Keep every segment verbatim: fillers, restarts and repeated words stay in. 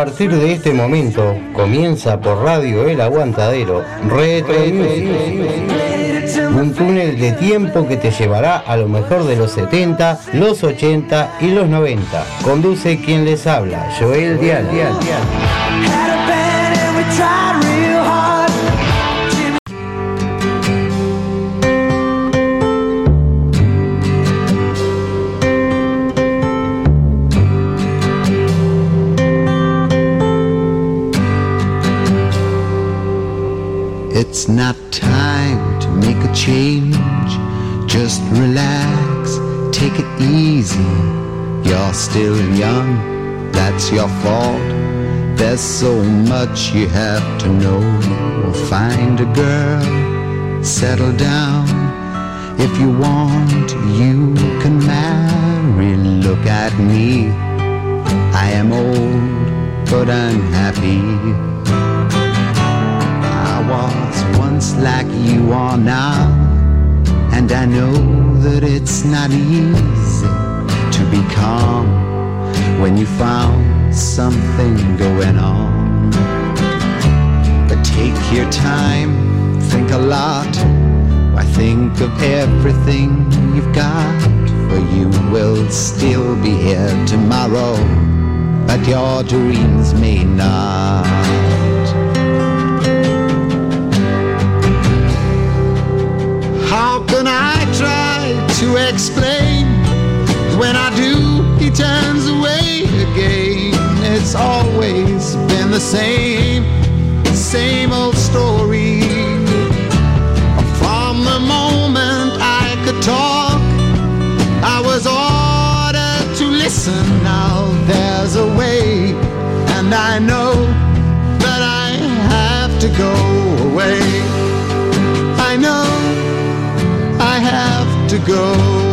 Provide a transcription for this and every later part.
partir de este momento comienza por Radio El Aguantadero Retro Music, un túnel de tiempo que te llevará a lo mejor de los setenta, los ochenta y los noventa. Conduce quien les habla, Joel Dial. It's not time to make a change. Just relax, take it easy. You're still young, that's your fault. There's so much you have to know. Find a girl, settle down. If you want, you can marry. Look at me, I am old, but I'm happy. I was once like you are now, and I know that it's not easy to be calm when you found something going on. But take your time, think a lot. Why, think of everything you've got, for you will still be here tomorrow, but your dreams may not. How can I try to explain? When I do, he turns away again. It's always been the same, same old story. From the moment I could talk, I was ordered to listen. Now there's a way, and I know that I have to go away. I know I have to go.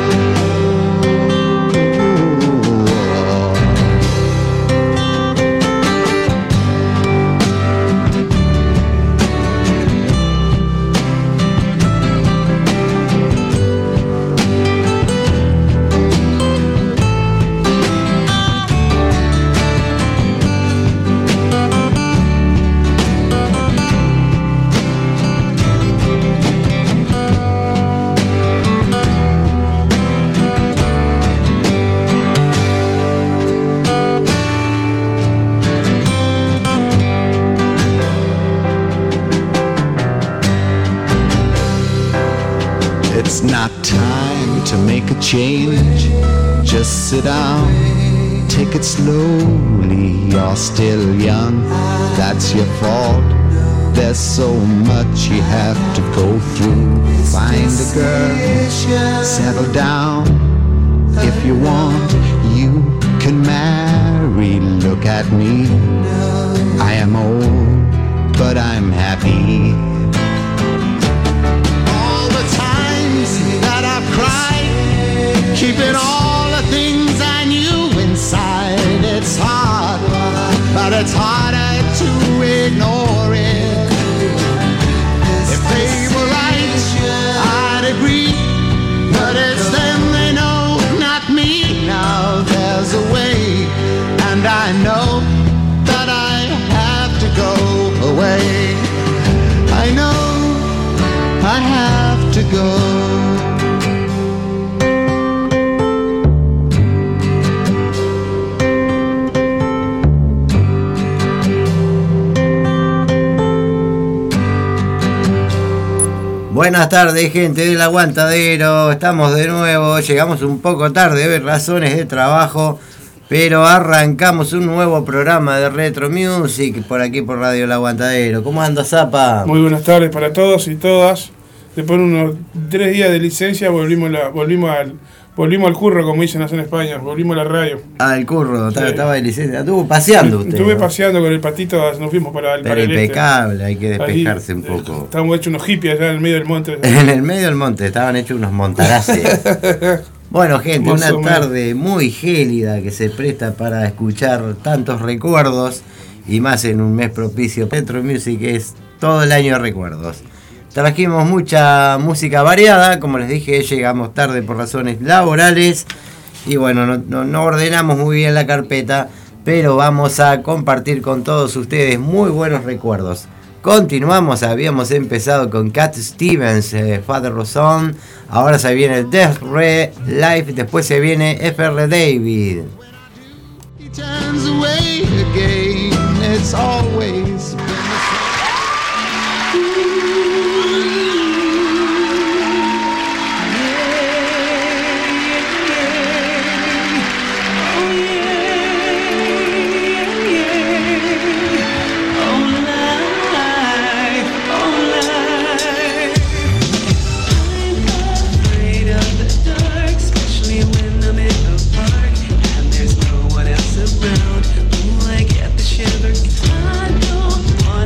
It's not time to make a change. Just sit down, take it slowly. You're still young, that's your fault. There's so much you have to go through. Find a girl, settle down. If you want, you can marry. Look at me, I am old, but I'm happy. That I've cried, keeping all the things I knew inside. It's hard, but it's harder to ignore it. If they were right, I'd agree, but it's them they know, not me. Now there's a way, and I know that I have to go away. I know I have to go. Buenas tardes, gente del Aguantadero, estamos de nuevo, llegamos un poco tarde, razones de trabajo, pero arrancamos un nuevo programa de Retro Music por aquí por Radio El Aguantadero. ¿Cómo anda, Zapa? Muy buenas tardes para todos y todas. Después de unos tres días de licencia volvimos, la, volvimos al... Volvimos al curro, como dicen allá en España, volvimos a la radio. Ah, el curro, sí. Estaba de licencia. Estuvo paseando usted. Estuve ¿no? paseando con el patito, nos fuimos para el Pero para el impecable, este. Hay que despejarse ahí, un poco. Estábamos hechos unos hippies allá en el medio del monte. En el medio del monte, estaban hechos unos montaraces. Bueno, gente, una tarde muy gélida que se presta para escuchar tantos recuerdos, y más en un mes propicio. Retro Music es todo el año recuerdos. Trajimos mucha música variada, como les dije, llegamos tarde por razones laborales y bueno, no, no, no ordenamos muy bien la carpeta, pero vamos a compartir con todos ustedes muy buenos recuerdos. Continuamos, habíamos empezado con Cat Stevens, eh, Father of Son, ahora se viene Death Ray Life, después se viene F R David. He turns away again. It's always been the same. Around, ooh, I get the shivers. I don't want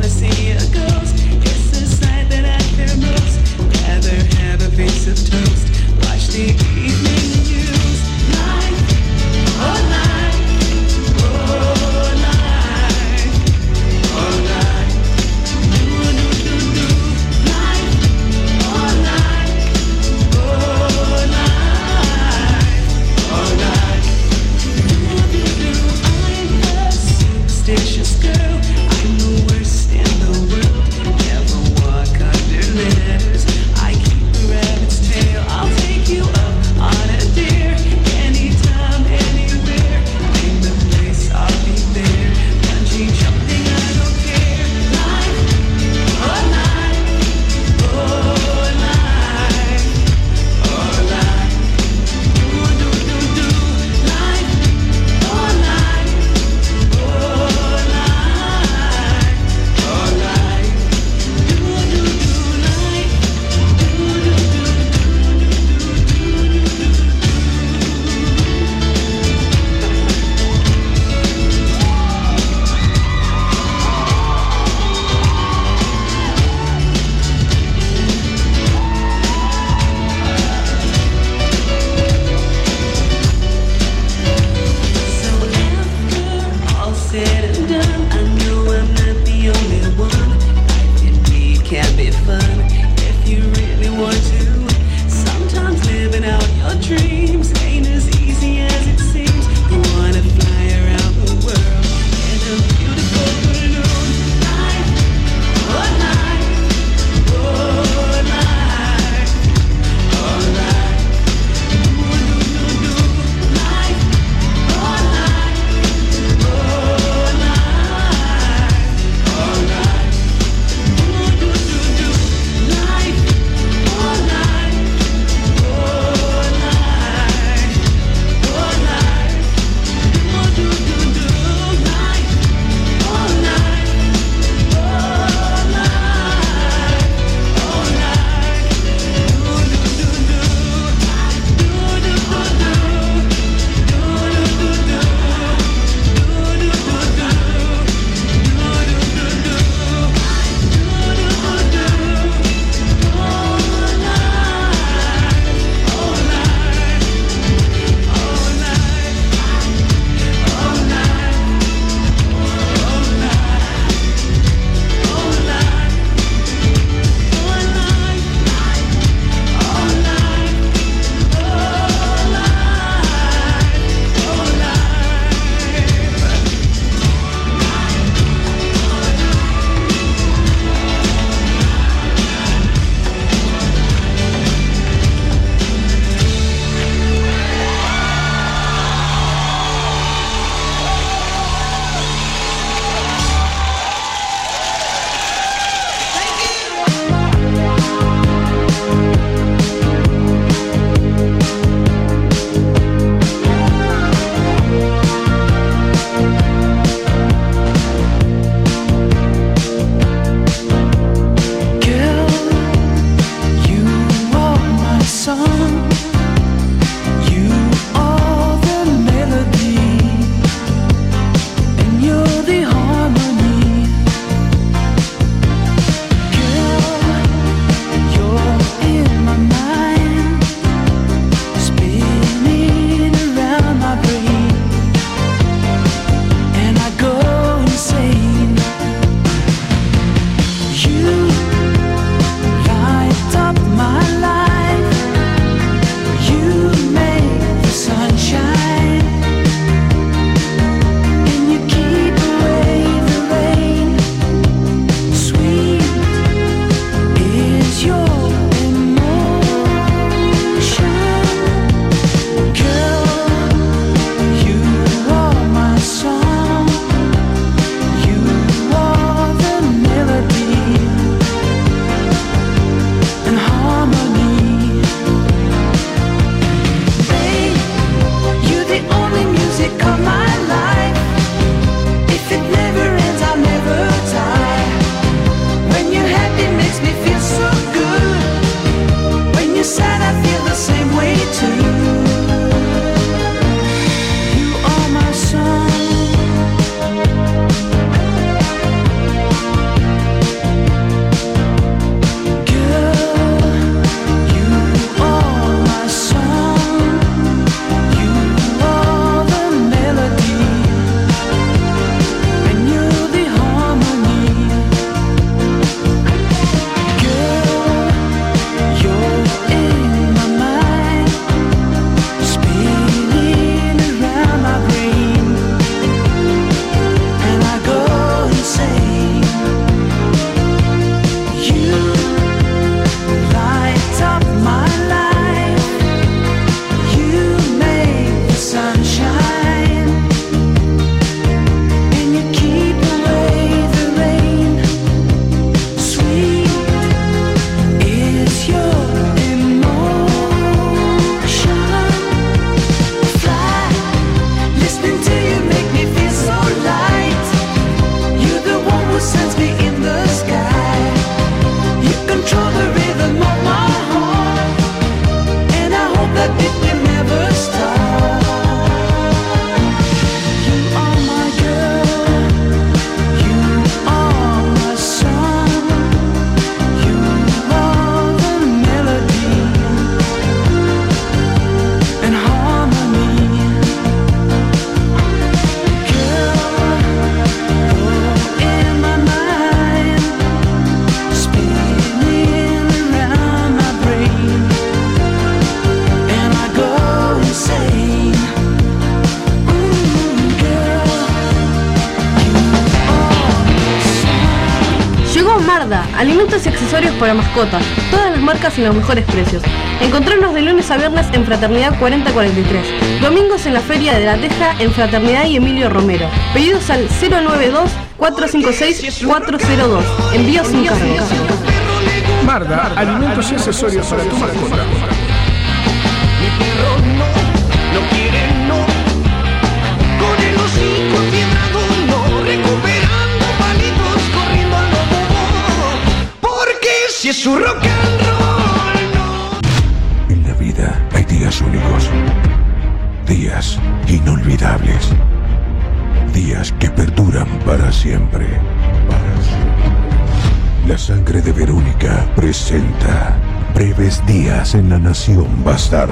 alimentos y accesorios para mascotas, todas las marcas y los mejores precios. Encontrarnos de lunes a viernes en Fraternidad cuarenta cuarenta y tres, domingos en la Feria de la Teja en Fraternidad y Emilio Romero. Pedidos al cero nueve dos, cuatro cinco seis, cuatro cero dos. Envío sin cargo. Marda, alimentos y accesorios para tu mascota. Mi perro no, no quiere no. Con el hocico quebrado no, recuperando palitos, corriendo a lo bobo. Porque si es su rock and roll no. En la vida hay días únicos, días inolvidables, días que perduran para siempre, para siempre. La sangre de Verónica presenta Breves días en la nación bastarda.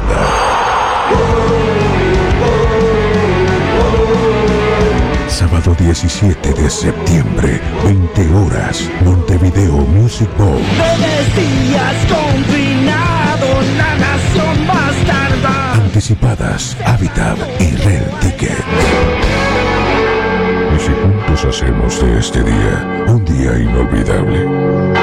Sábado diecisiete de septiembre, veinte horas, Montevideo Music Bowl. Breves días confinado, la nación bastarda. Anticipadas, Habitat y Rare Ticket. Y si juntos hacemos de este día un día inolvidable.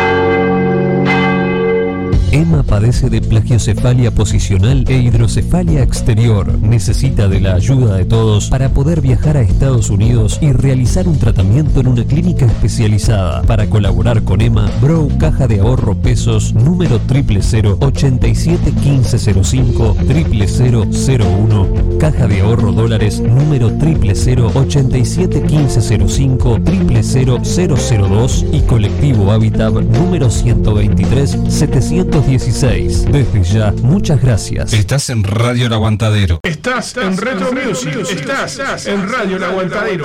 Emma padece de plagiocefalia posicional e hidrocefalia exterior. Necesita de la ayuda de todos para poder viajar a Estados Unidos y realizar un tratamiento en una clínica especializada. Para colaborar con Emma, Bro Caja de Ahorro Pesos número cero cero cero, ochenta y siete quince cero cinco, cero cero cero cero uno, Caja de Ahorro Dólares número cero cero cero, ochenta y siete quince cero cinco, cero cero cero cero dos y Colectivo Habitat número ciento veintitrés setecientos dieciséis. Desde ya, muchas gracias. Estás en Radio El Aguantadero. Estás en Retro Music. Estás en Radio El Aguantadero.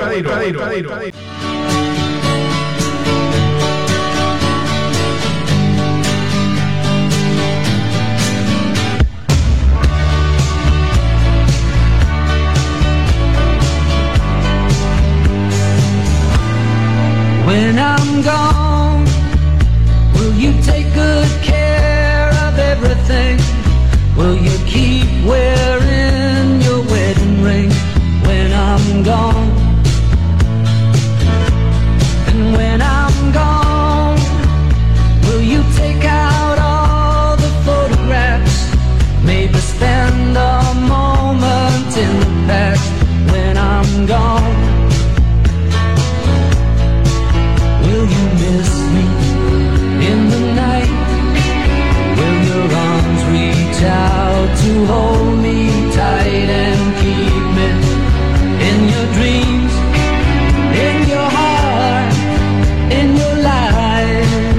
When I'm gone, will you take good care of everything? Will you keep wearing your wedding ring when I'm gone? And when I'm gone, will you take out all the photographs? Maybe spend a moment in the past when I'm gone. Will you miss me in the night? Will your arms reach out to hold me tight and keep me in your dreams, in your heart, in your life?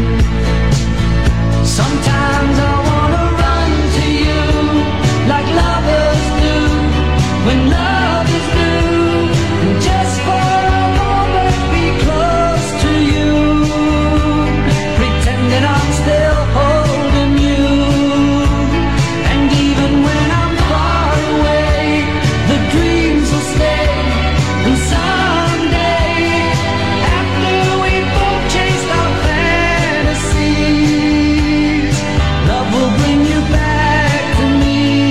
Sometimes I wanna run to you like lovers do when love is new, and just for a moment be close to you, pretending I'm still holding you. And even when I'm far away, the dreams will stay. And someday, after we both chased our fantasies, love will bring you back to me.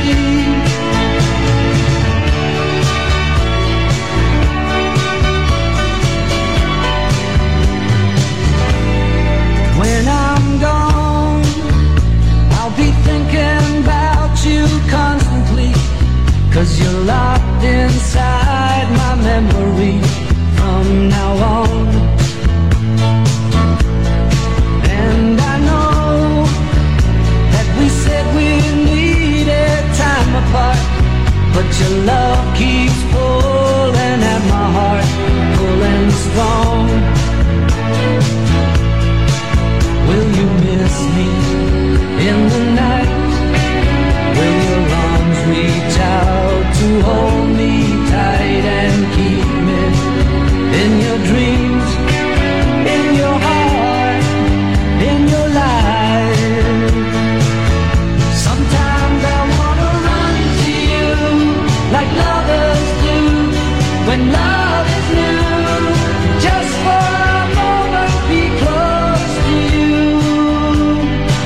When I'm gone, I'll be thinking about you constantly, 'cause you're locked inside my memory from now on. And I know that we said we needed time apart, but your love keeps pulling at my heart, pulling strong. Will you miss me in the night? Will your arms reach out to hold me tight and keep me in your dreams, in your heart, in your life? Sometimes I wanna run to you like lovers do when love is new, just for a moment be close to you,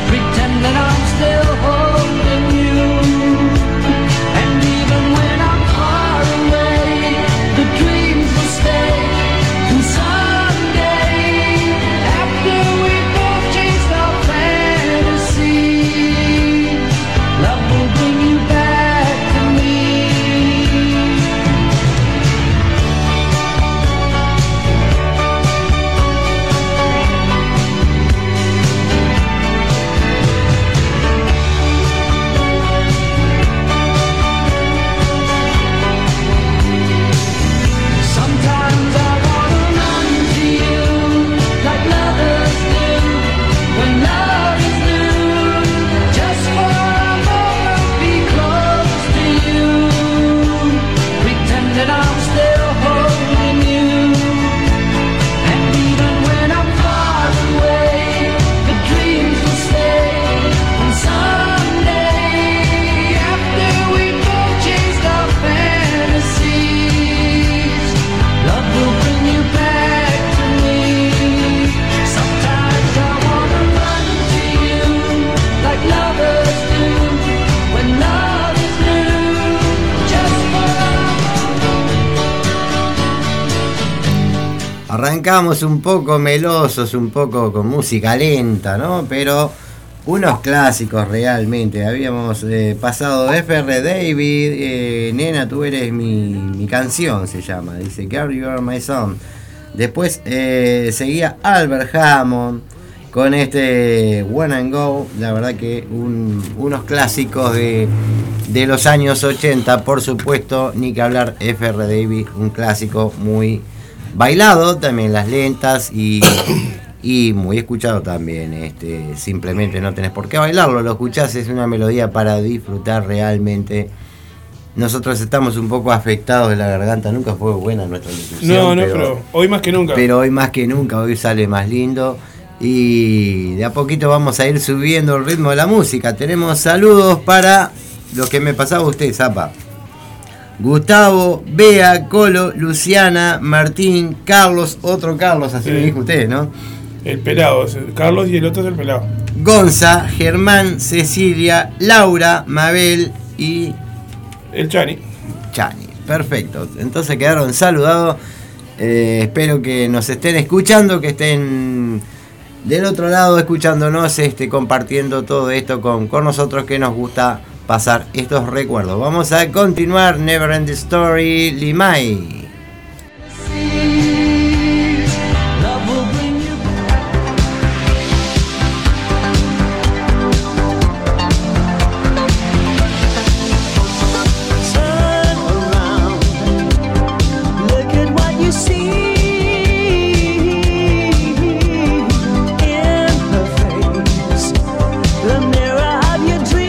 arrancamos un poco melosos, un poco con música lenta, ¿no? Pero unos clásicos realmente. Habíamos eh, pasado F R David, eh, Nena, tú eres mi, mi canción, se llama. Dice, Girl, you are my song. Después eh, seguía Albert Hammond con este When and Go. La verdad que un, unos clásicos de, de los años ochenta, por supuesto. Ni que hablar, F R David, un clásico muy bailado, también las lentas y... Y muy escuchado también, este, simplemente no tenés por qué bailarlo, lo escuchás, es una melodía para disfrutar realmente. Nosotros estamos un poco afectados de la garganta, nunca fue buena nuestra locución. No, no, pero, pero hoy más que nunca. Pero hoy más que nunca, hoy sale más lindo. Y de a poquito vamos a ir subiendo el ritmo de la música. Tenemos saludos para los que me pasaba usted, Zapa. Gustavo, Bea, Colo, Luciana, Martín, Carlos, otro Carlos, así me dijo usted, ¿no? El pelado, es el Carlos y el otro es el pelado. Gonza, Germán, Cecilia, Laura, Mabel y... El Chani. Chani, perfecto. Entonces quedaron saludados. Eh, espero que nos estén escuchando, que estén del otro lado escuchándonos, este, compartiendo todo esto con, con nosotros, que nos gusta pasar estos recuerdos. Vamos a continuar. Never End the Story, Limay.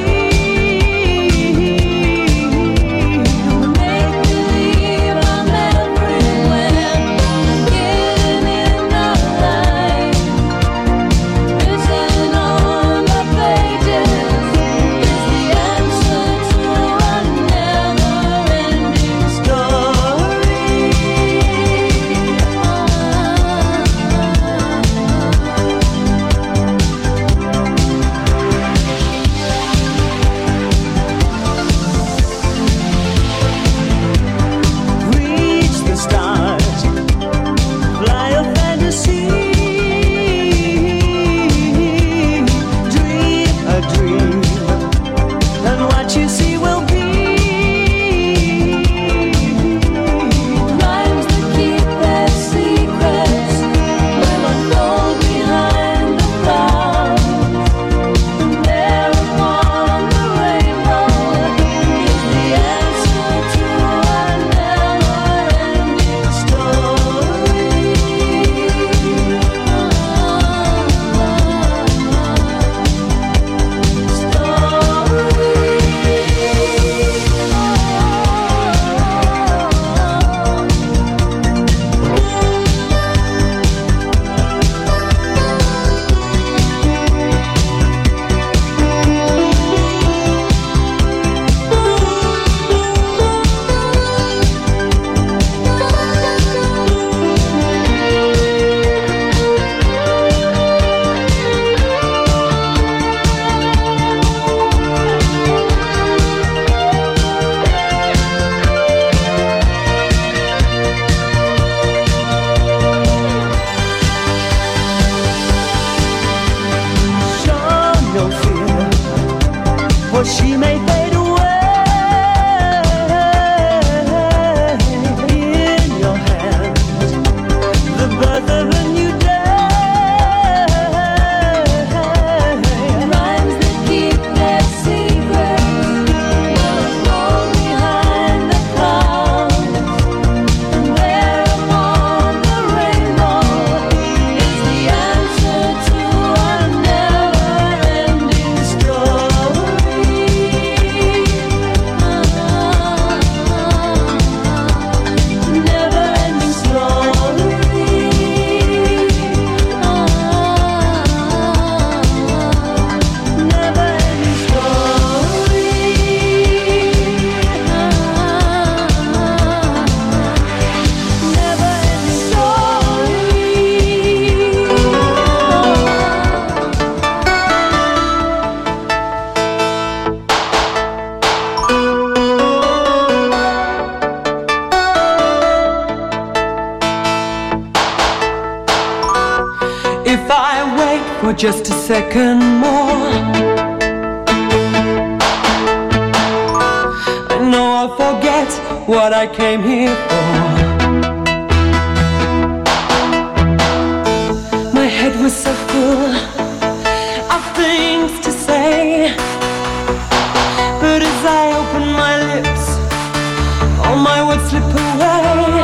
Make believe I'm for just a second more. I know I'll forget what I came here for. My head was so full of things to say, but as I open my lips, all my words slip away.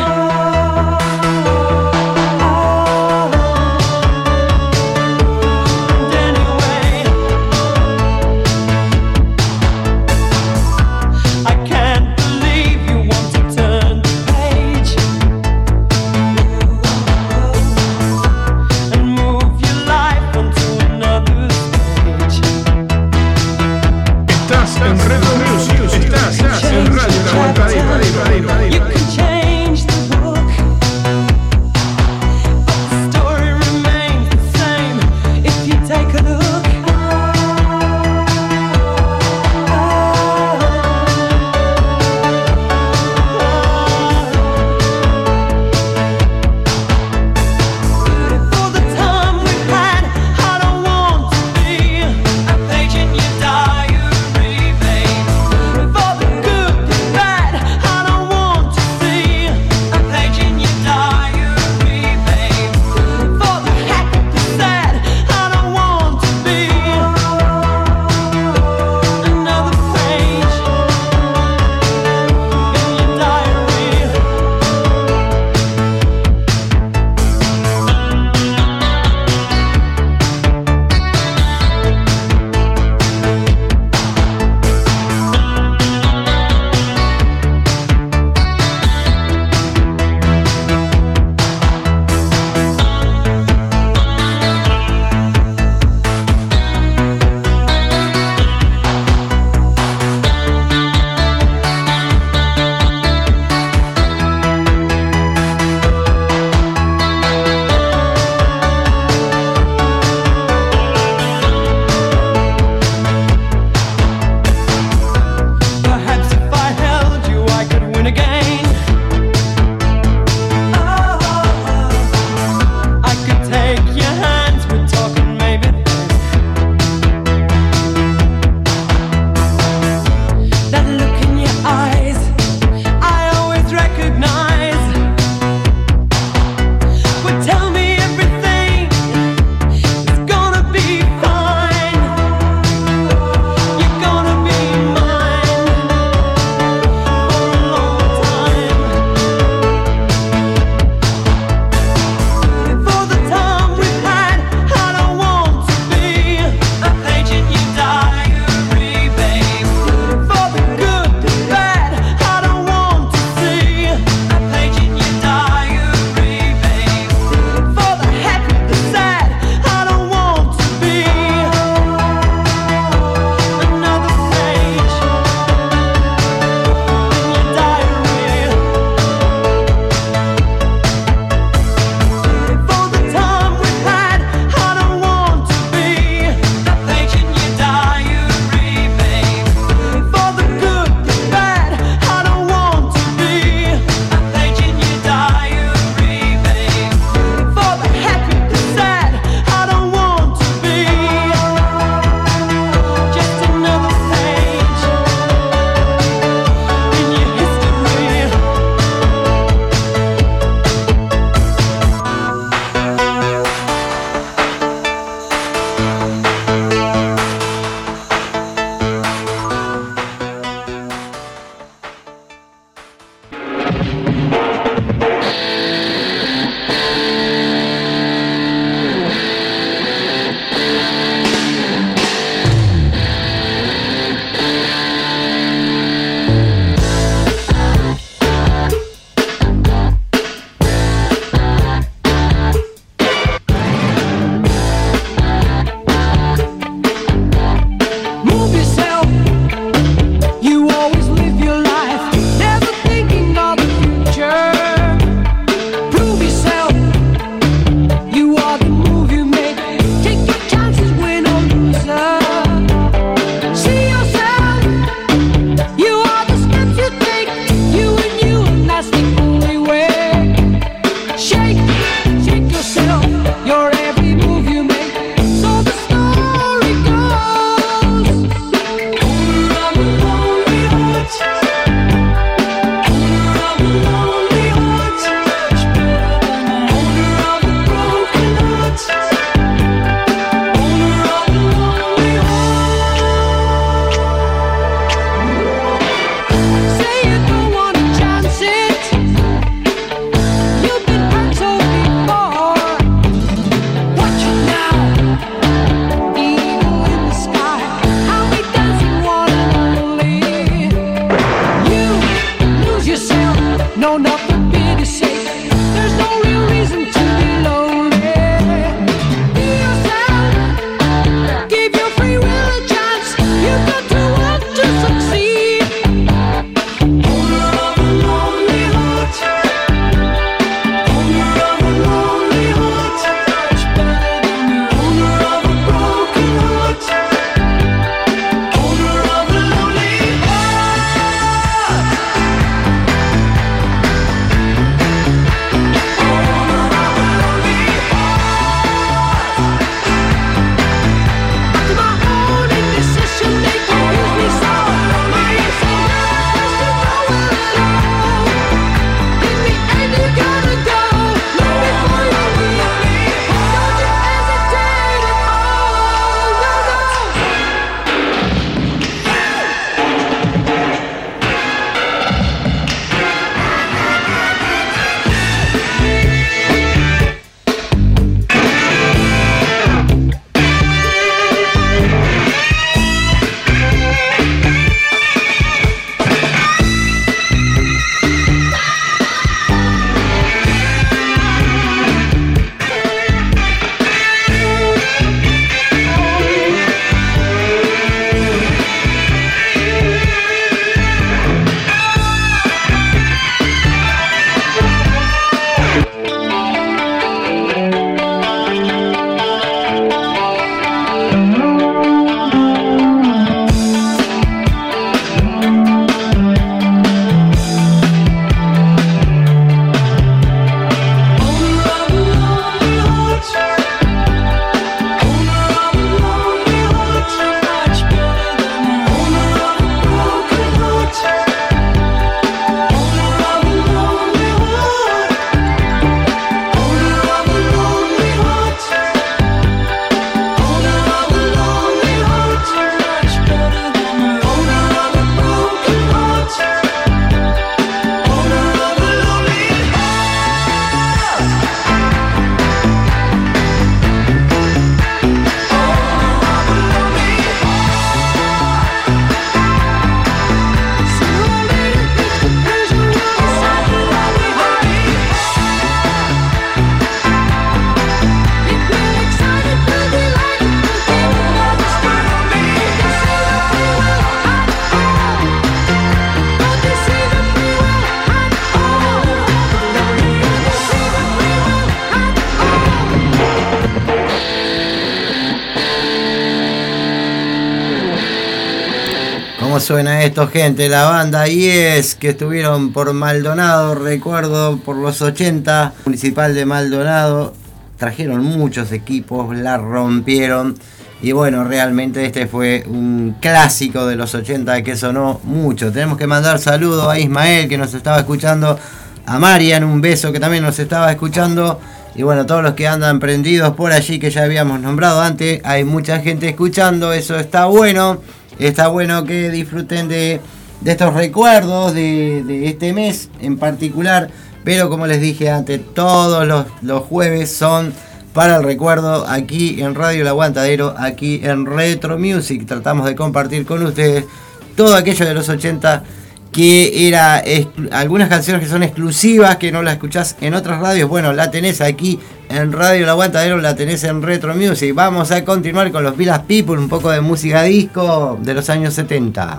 suena esto, gente? La banda Yes, que estuvieron por Maldonado, recuerdo, por los ochenta, Municipal de Maldonado. Trajeron muchos equipos, la rompieron. Y bueno, realmente este fue un clásico de los ochenta que sonó mucho. Tenemos que mandar saludos a Ismael, que nos estaba escuchando. A Marian, un beso, que también nos estaba escuchando. Y bueno, todos los que andan prendidos por allí, que ya habíamos nombrado antes. Hay mucha gente escuchando, eso está bueno. Está bueno que disfruten de, de estos recuerdos de, de este mes en particular. Pero como les dije antes, todos los, los jueves son para el recuerdo aquí en Radio El Aguantadero, aquí en Retro Music. Tratamos de compartir con ustedes todo aquello de los ochenta que era exclu- algunas canciones que son exclusivas, que no las escuchás en otras radios. Bueno, la tenés aquí en Radio El Aguantadero, la tenés en Retro Music. Vamos a continuar con los Village People, un poco de música disco de los años setenta.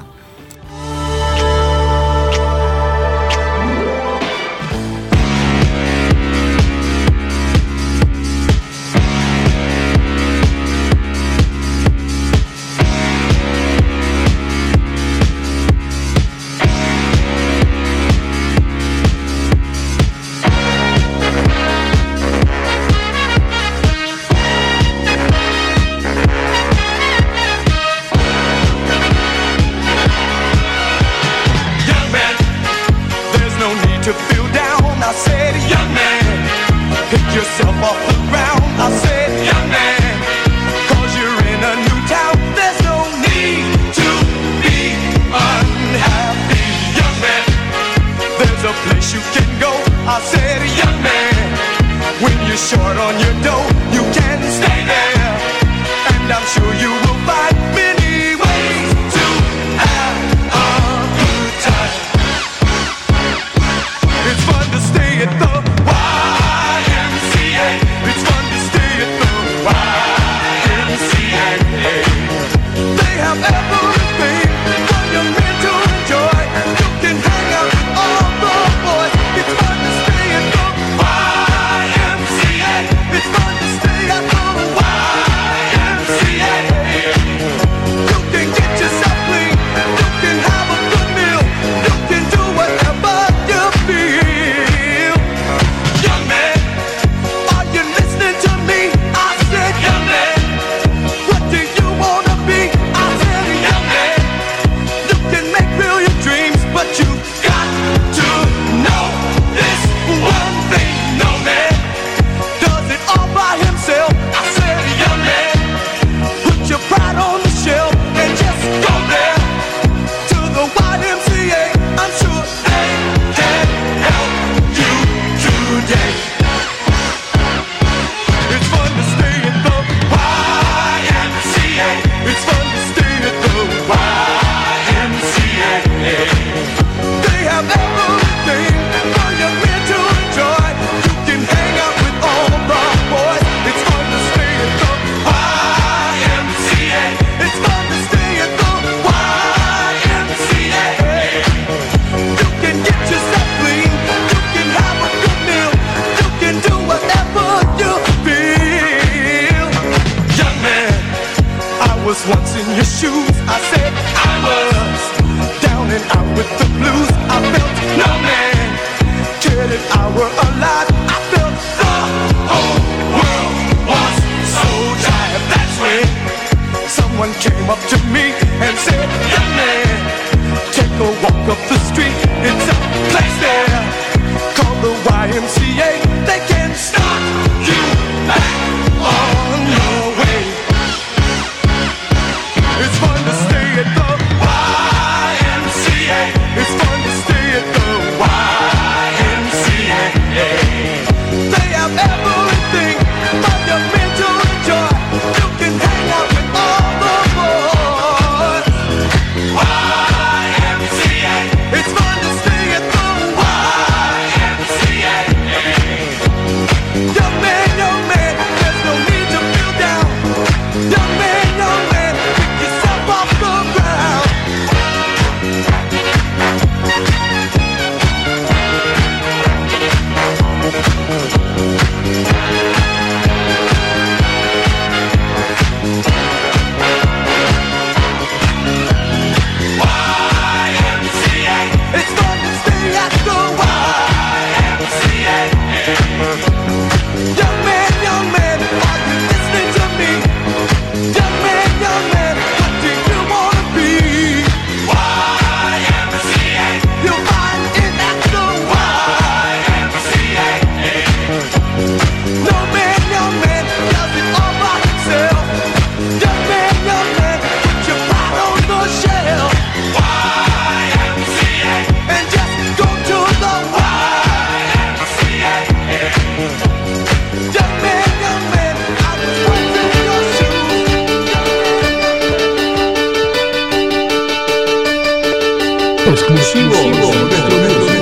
exclusivo de nuestro mundo.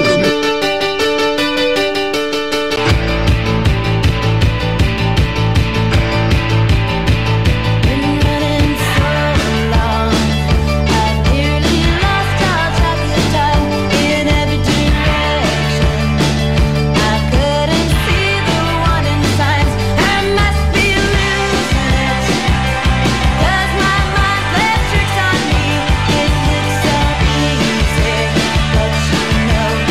Tricks on me, it looks so easy, but you know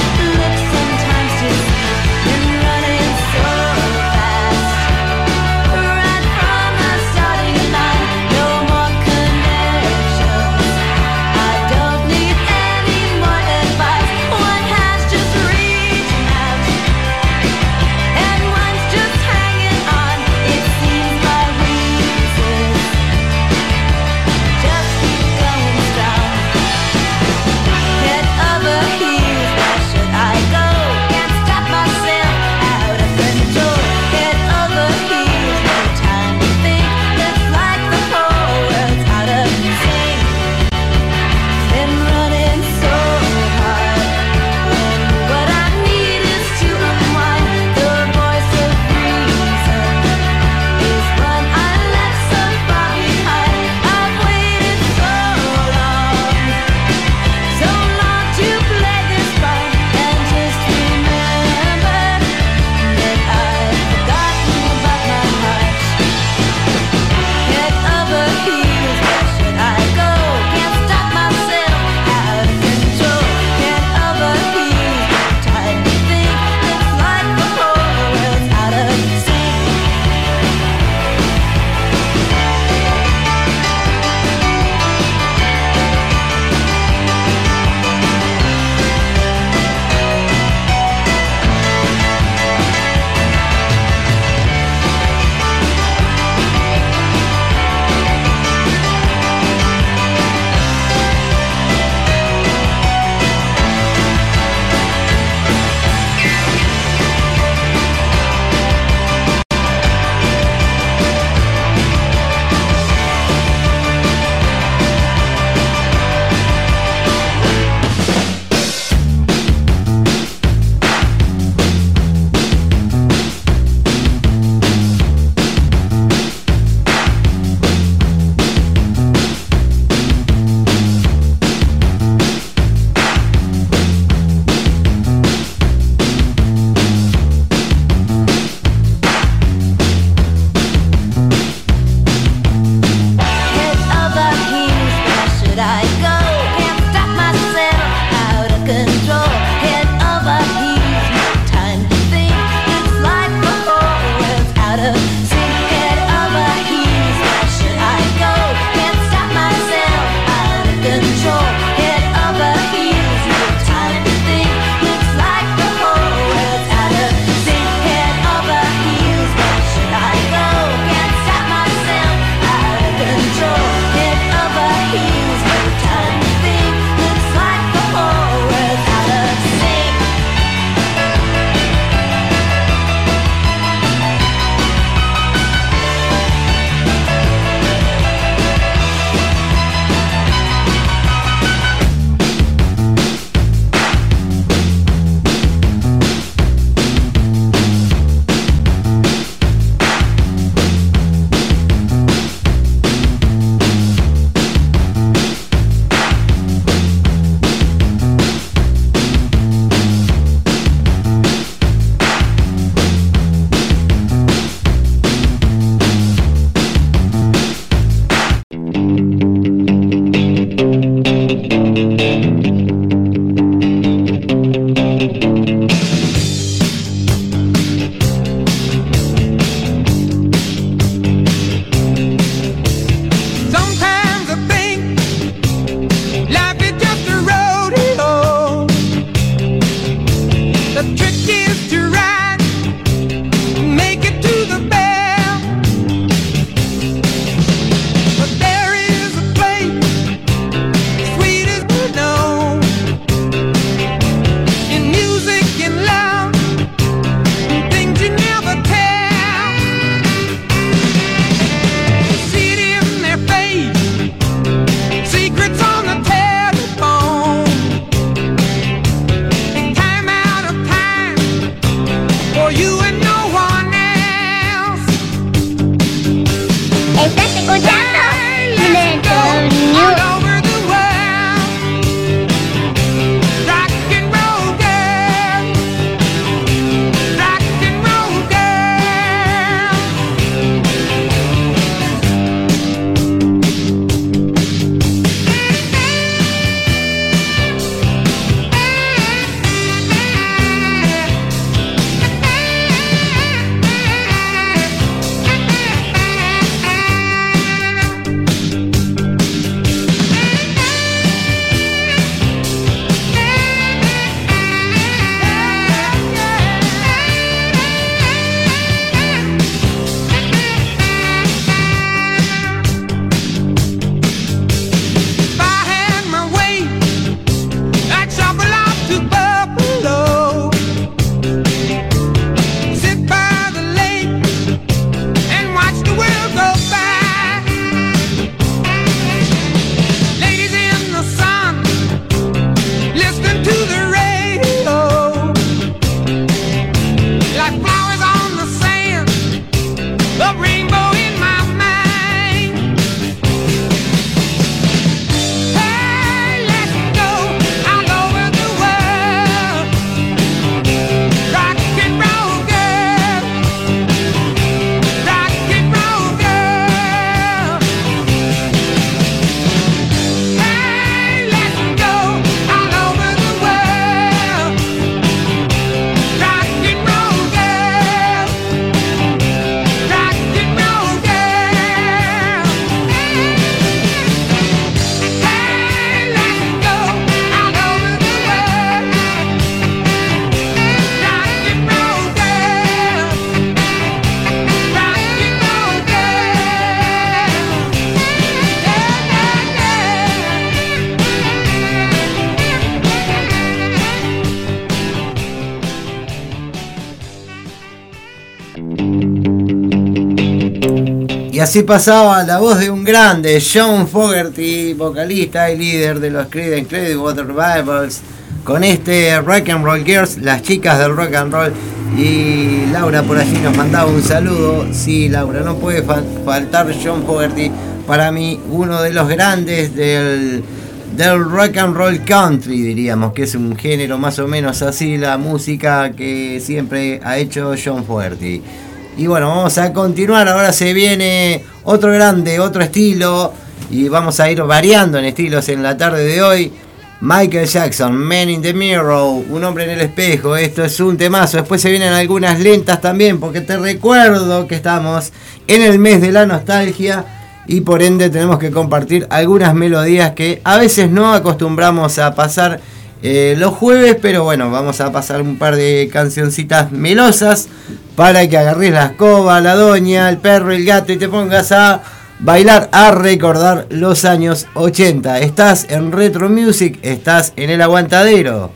así pasaba la voz de un grande, John Fogerty, vocalista y líder de los Creedence Clearwater Revival, con este Rock and Roll Girls, las chicas del rock and roll. Y Laura por allí nos mandaba un saludo. Sí, Laura, no puede fa- faltar John Fogerty, para mí uno de los grandes del, del rock and roll country, diríamos, que es un género más o menos así, la música que siempre ha hecho John Fogerty. Y bueno, vamos a continuar, ahora se viene otro grande, otro estilo, y vamos a ir variando en estilos en la tarde de hoy. Michael Jackson, Man in the Mirror, Un hombre en el espejo, esto es un temazo. Después se vienen algunas lentas también, porque te recuerdo que estamos en el mes de la nostalgia y por ende tenemos que compartir algunas melodías que a veces no acostumbramos a pasar eh, los jueves, pero bueno, vamos a pasar un par de cancioncitas melosas para que agarres la escoba, la doña, el perro, el gato y te pongas a bailar, a recordar los años ochenta. Estás en Retro Music, estás en el aguantadero.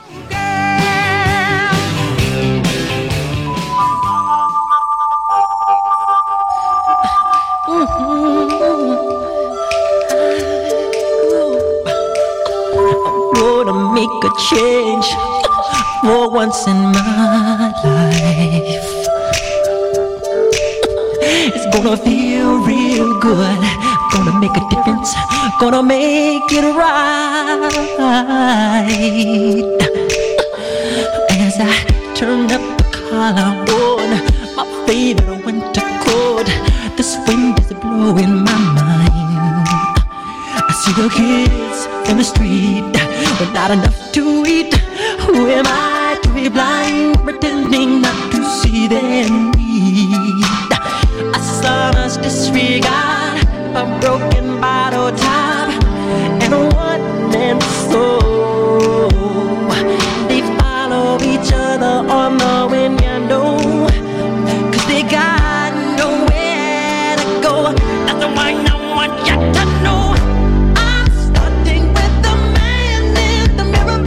Gonna make a change for once in my life. It's gonna feel real good. Gonna make a difference. Gonna make it right. As I turn up the collar on my favorite winter coat, this wind is blowing my mind. I see the kids on the street with not enough to eat. Who am I to be blind, pretending not to see their need? A son's disregard, a broken bottle top, and a one-man soul. They follow each other on the window, 'cause they got nowhere to go. That's the one I want you to know. I'm starting with the man in the mirror.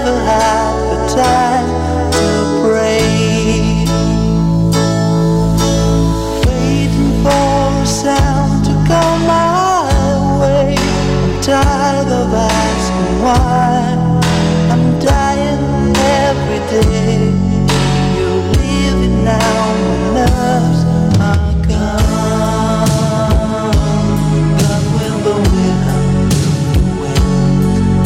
never had the time to pray. Waiting for a sound to come my way. I'm tired of asking why. I'm dying every day. You're leaving now, my nerves are gone. Gone with the wind, wind.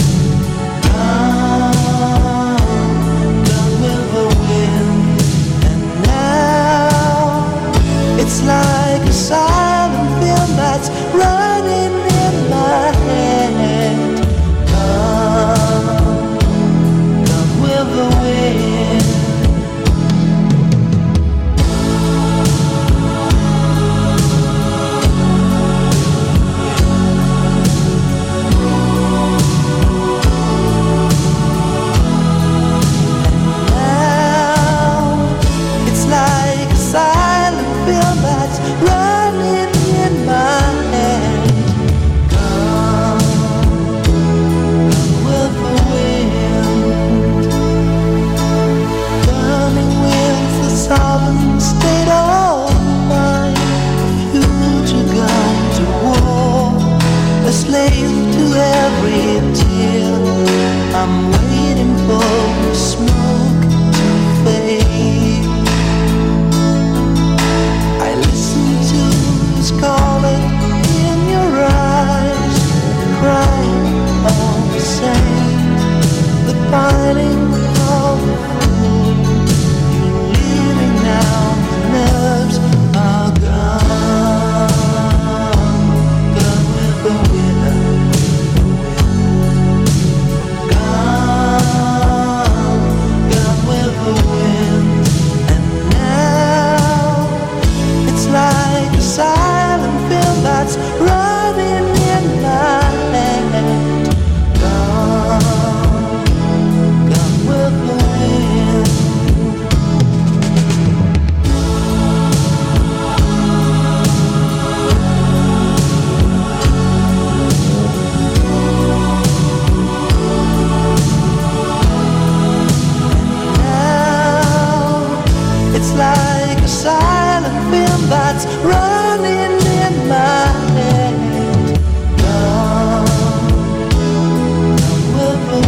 Gone, gone with the wind. And now it's like a silent film that's running in my head. Gone, gone with the wind. State of mind, future gone to war, a slave to every tear. I'm waiting for the smoke to fade. I listen to his calling in your eyes, crying all the same, the pining of the fool. You're leaving now. Nerves are gone, gone with the wind, gone, gone with the wind. And now it's like a silent film that's running in my head. Gone, gone with the wind. It's like a silent film that's running in my head. Gone, gone with the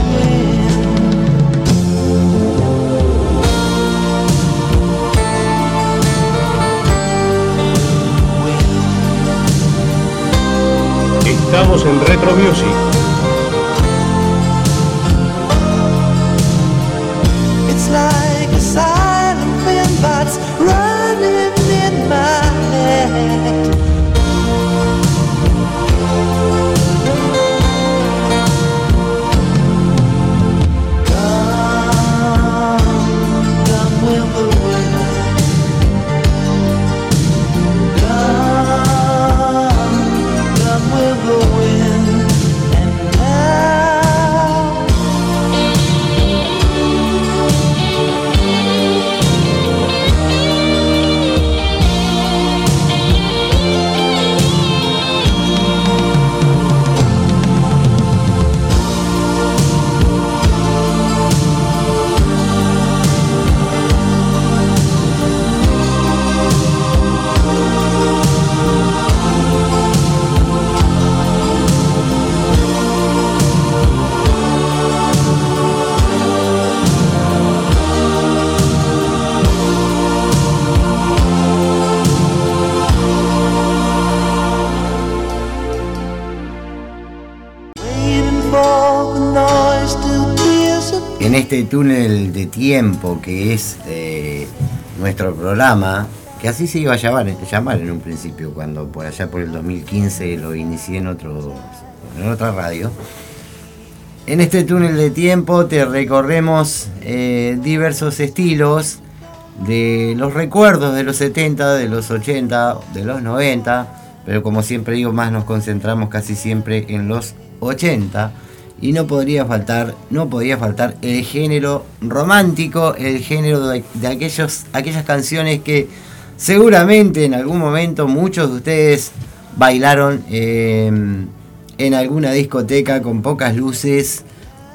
wind. Estamos en Retro Music. It's like a silent film that's running in my head. Gone, gone with the wind. Gone, gone with the wind. And now en este túnel de tiempo que es eh, nuestro programa, que así se iba a llamar, llamar en un principio, cuando por allá por el dos mil quince lo inicié en, otro, en otra radio. En este túnel de tiempo te recorremos eh, diversos estilos de los recuerdos de los setenta, de los ochenta, de los noventa, pero como siempre digo, más nos concentramos casi siempre en los ochenta. Y no podría faltar, no podía faltar el género romántico, el género de, de aquellos, aquellas canciones que seguramente en algún momento muchos de ustedes bailaron eh, en alguna discoteca con pocas luces,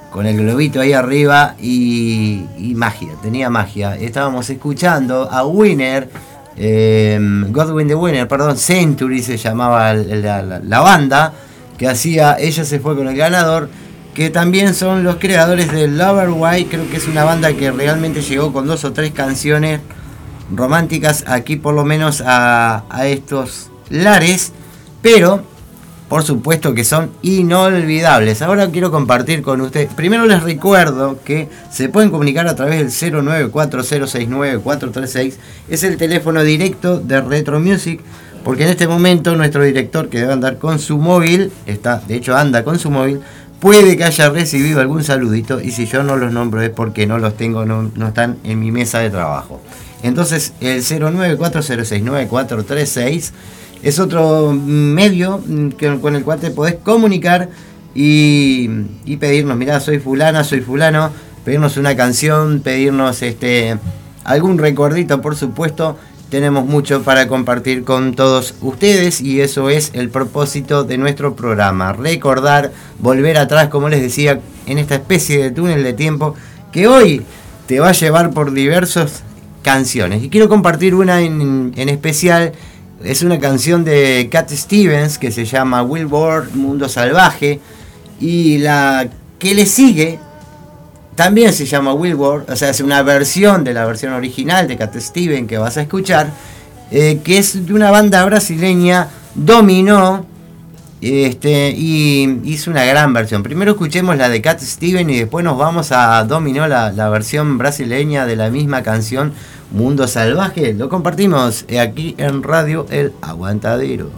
con el globito ahí arriba y, y magia, tenía magia. Estábamos escuchando a Winner, eh, Godwin the Winner, perdón, Century se llamaba la, la, la banda que hacía Ella se fue con el ganador, que también son los creadores de Loverboy. Creo que es una banda que realmente llegó con dos o tres canciones románticas aquí por lo menos a, a estos lares, pero por supuesto que son inolvidables. Ahora quiero compartir con ustedes. Primero les recuerdo que se pueden comunicar a través del cero nueve cuatro cero seis nueve cuatro tres seis. Es el teléfono directo de Retro Music, porque en este momento nuestro director, que debe andar con su móvil, está, de hecho anda con su móvil, puede que haya recibido algún saludito, y si yo no los nombro es porque no los tengo, no, no están en mi mesa de trabajo. Entonces el cero nueve cuatro cero seis nueve cuatro tres seis es otro medio que, con el cual te podés comunicar y, y pedirnos, mirá, soy fulana, soy fulano, pedirnos una canción, pedirnos este algún recuerdito, por supuesto. Tenemos mucho para compartir con todos ustedes y eso es el propósito de nuestro programa. Recordar, volver atrás, como les decía, en esta especie de túnel de tiempo que hoy te va a llevar por diversas canciones. Y quiero compartir una en, en especial. Es una canción de Cat Stevens que se llama Billboard, Mundo Salvaje, y la que le sigue también se llama Billboard, o sea, es una versión de la versión original de Cat Stevens que vas a escuchar, eh, que es de una banda brasileña, Dominó, este, y hizo una gran versión. Primero escuchemos la de Cat Stevens y después nos vamos a Dominó, la, la versión brasileña de la misma canción, Mundo Salvaje. Lo compartimos aquí en Radio El Aguantadero.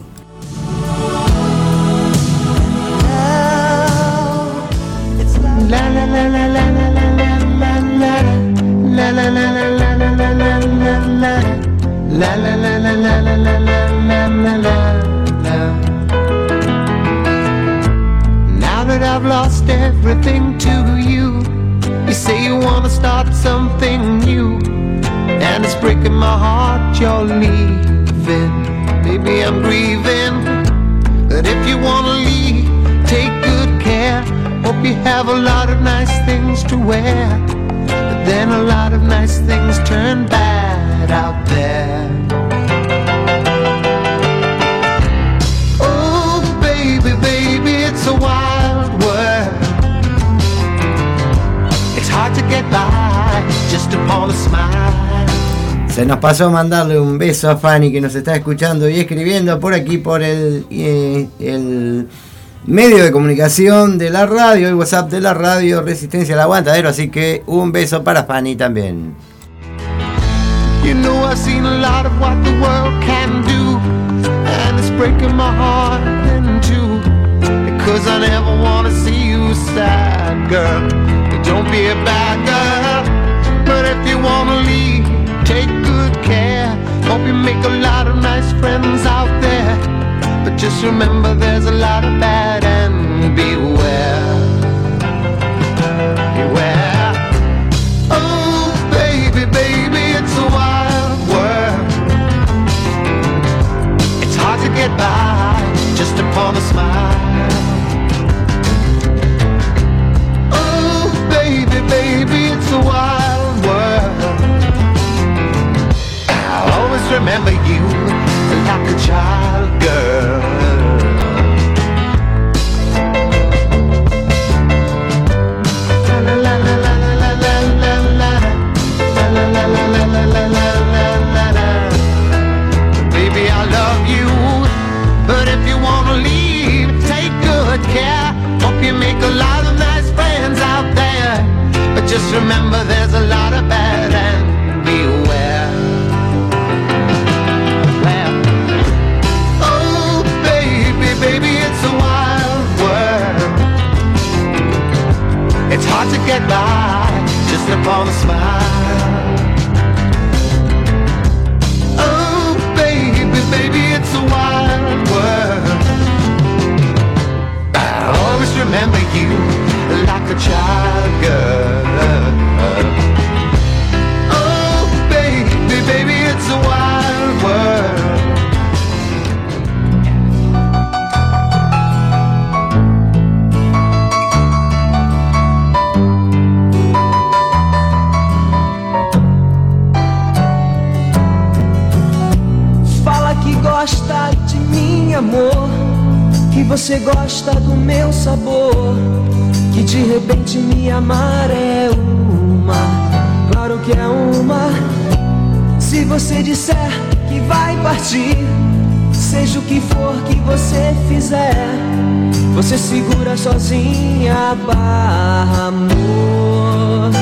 La la la la la la la la la la la la la la la la la la la la. Now that I've lost everything to you, you say you wanna start something new, and it's breaking my heart you're leaving. Maybe I'm grieving, but if you wanna leave, take good care. Hope you have a lot of nice things to wear, but then a lot of nice things turn bad out there. Oh baby, baby, it's a wild world. It's hard to get by just upon a smile. Se nos pasó mandarle un beso a Fanny, que nos está escuchando y escribiendo por aquí por el, eh, el medio de comunicación de la radio, el WhatsApp de la radio Resistencia al Aguantadero, así que un beso para Fanny también. You know I've seen a lot of what the world can do, and it's breaking my heart in two, because I never want to see you sad, girl. Don't be a bad girl, but if you want to leave, take good care. Hope you make a lot of nice friends out there, but just remember there's a lot of bad, and beware, beware. Oh baby, baby, it's a wild world. It's hard to get by just upon a smile. Oh baby, baby, it's a wild world. I'll always remember you like a child, girl. La la la la la la la la la la la la la la la. Baby, I love you, but if you wanna leave, take good care. Hope you make a lot of nice friends out there, but just remember there's a lot of bad, and beware. Baby, it's a wild world. It's hard to get by just upon a smile. Oh, baby, baby, it's a wild world. I'll always remember you like a child, girl. Oh, baby, baby, it's a wild world. você gosta do meu sabor, que de repente me amar é uma, claro que é uma. Se você disser que vai partir, seja o que for que você fizer, você segura sozinha a barra, amor.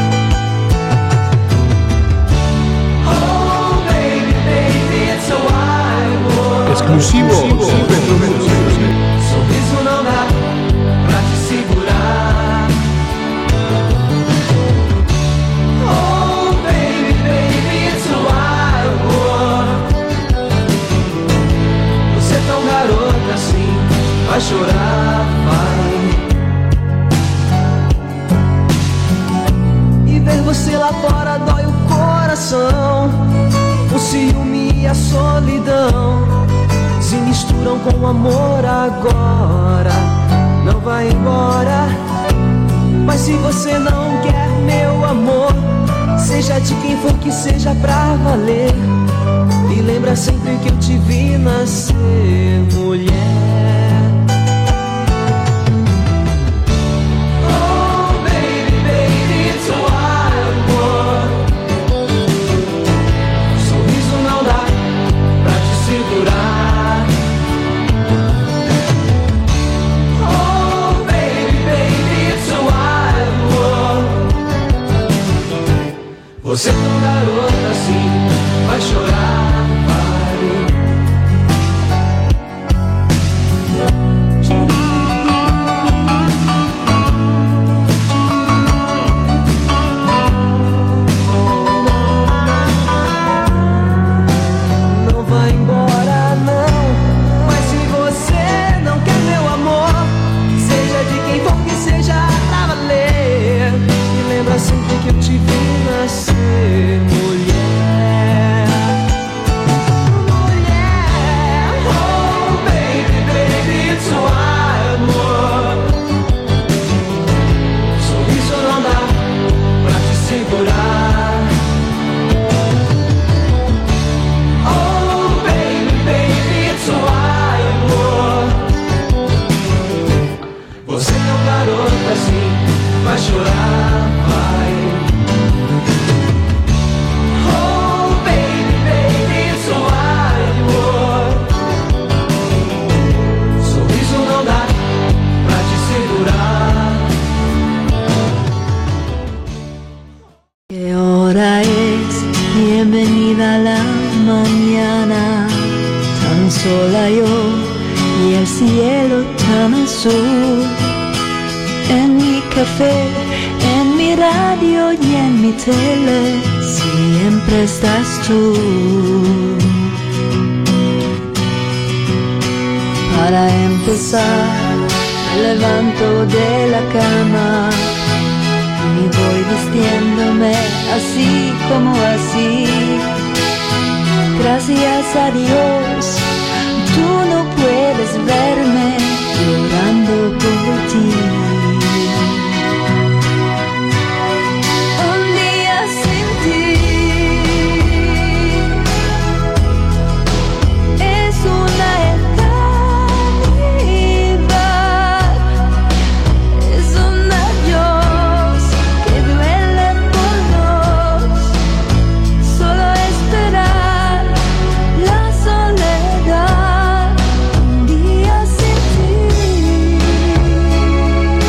Oh baby, baby, it's a wild world. Exclusivo, exclusivo. Sorriso não dá pra te segurar. Oh baby, baby, it's a wild world. Você é tão garota assim, vai chorar, vai. E ver você lá fora dói o coração. O ciúme e a solidão se misturam com o amor agora. Não vai embora. Mas se você não quer meu amor, seja de quem for que seja pra valer. E lembra sempre que eu te vi nascer, mulher. Oh baby, baby, it's a wild world. Sorriso não dá pra te segurar. Oh baby, baby, it's a wild world. Você é tão garota assim, vai chorar. Sempre que eu te vi nascer, mulher, mulher. Oh baby, baby, it's a wild world. Sorriso não dá pra te segurar. Oh baby, baby, it's a wild world. Você é um garoto assim, vai chorar. Bienvenida a la mañana, tan sola yo y el cielo tan azul. En mi café, en mi radio y en mi tele, siempre estás tú. Para empezar, me levanto de la cama y voy vistiéndome así como así. Gracias a Dios, tú no puedes verme llorando por ti. Un día sin ti es una eternidad, es un adiós que duele por dos, solo esperar la soledad. Un día sin ti.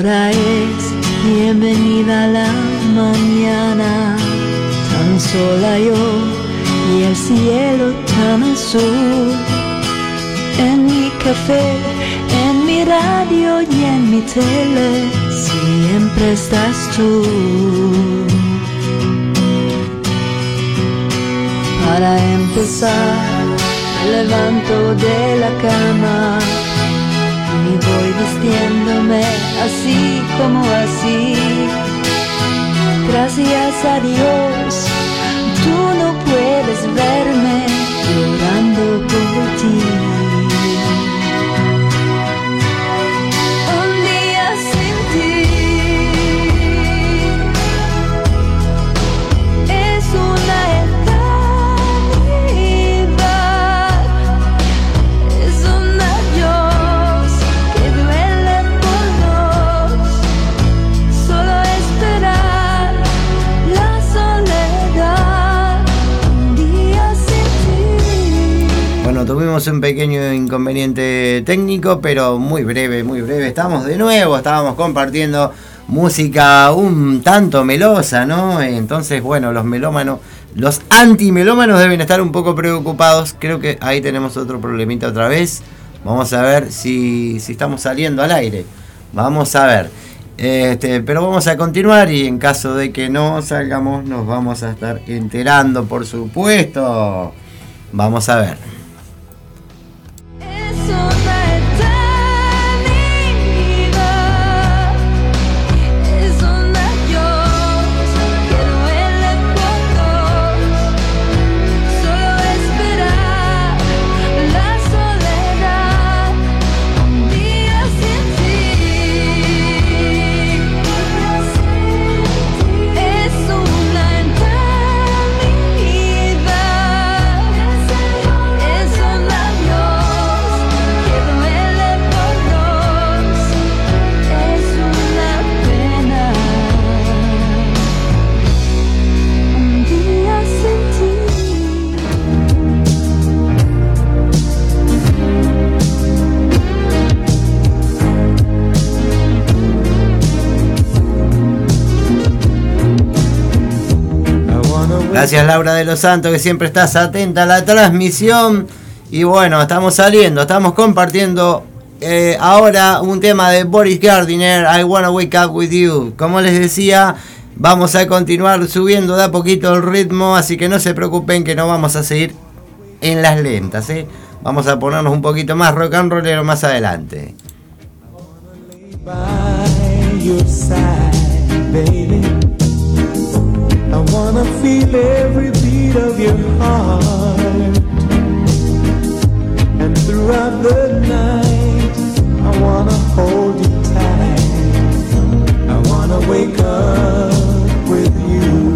Ahora es bienvenida la mañana, tan sola yo y el cielo tan azul. En mi café, en mi radio y en mi tele, siempre estás tú. Para empezar, me levanto de la cama y voy vistiéndome así como así. Gracias a Dios, tú no puedes verme llorando por ti. Un día sin ti es una eternidad, es un adiós que duele por dos, solo esperar la soledad, un día sin ti. Bueno, tuvimos un pequeño inconveniente técnico, pero muy breve, muy breve. Estamos de nuevo, estábamos compartiendo música un tanto melosa, ¿no? Entonces, bueno, los melómanos, los antimelómanos deben estar un poco preocupados. Creo que ahí tenemos otro problemita otra vez. Vamos a ver si, si estamos saliendo al aire. Vamos a ver. Este, pero vamos a continuar y en caso de que no salgamos, nos vamos a estar enterando, por supuesto. Vamos a ver. Es una eternidad, es un adiós que duele por dos, solo esperar la soledad, un día sin ti. Es una eternidad, es un adiós que duele por dos, es una pena, un día sin ti. Gracias, Laura de los Santos, que siempre estás atenta a la transmisión. Y bueno, estamos saliendo, estamos compartiendo eh, ahora un tema de Boris Gardiner, I Wanna Wake Up With You. Como les decía, vamos a continuar subiendo de a poquito el ritmo, así que no se preocupen que no vamos a seguir en las lentas, ¿eh? Vamos a ponernos un poquito más rock and rollero más adelante. By your side, baby, I wanna feel every beat of your heart, and throughout the night I wanna hold you tight, I wanna wake up with you.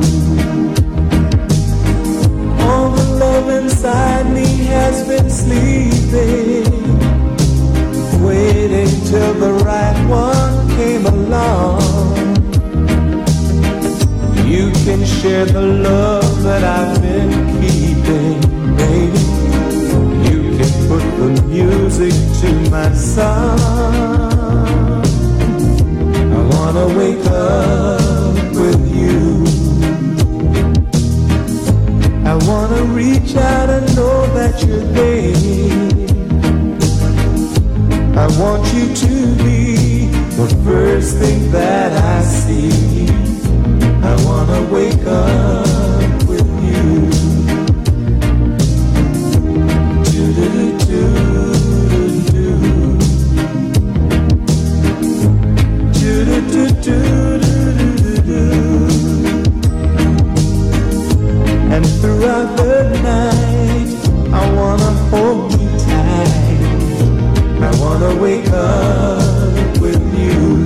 All the love inside me has been sleeping, waiting till the right one came along. You can share the love that I've been keeping, baby. You can put the music to my song. I wanna wake up with you. I wanna reach out and know that you're there. I want you to be the first thing that I see. I wanna wake up with you. Do-do-do-do-do-do. Do-do-do-do-do-do-do. And throughout the night I wanna hold you tight, I wanna wake up with you.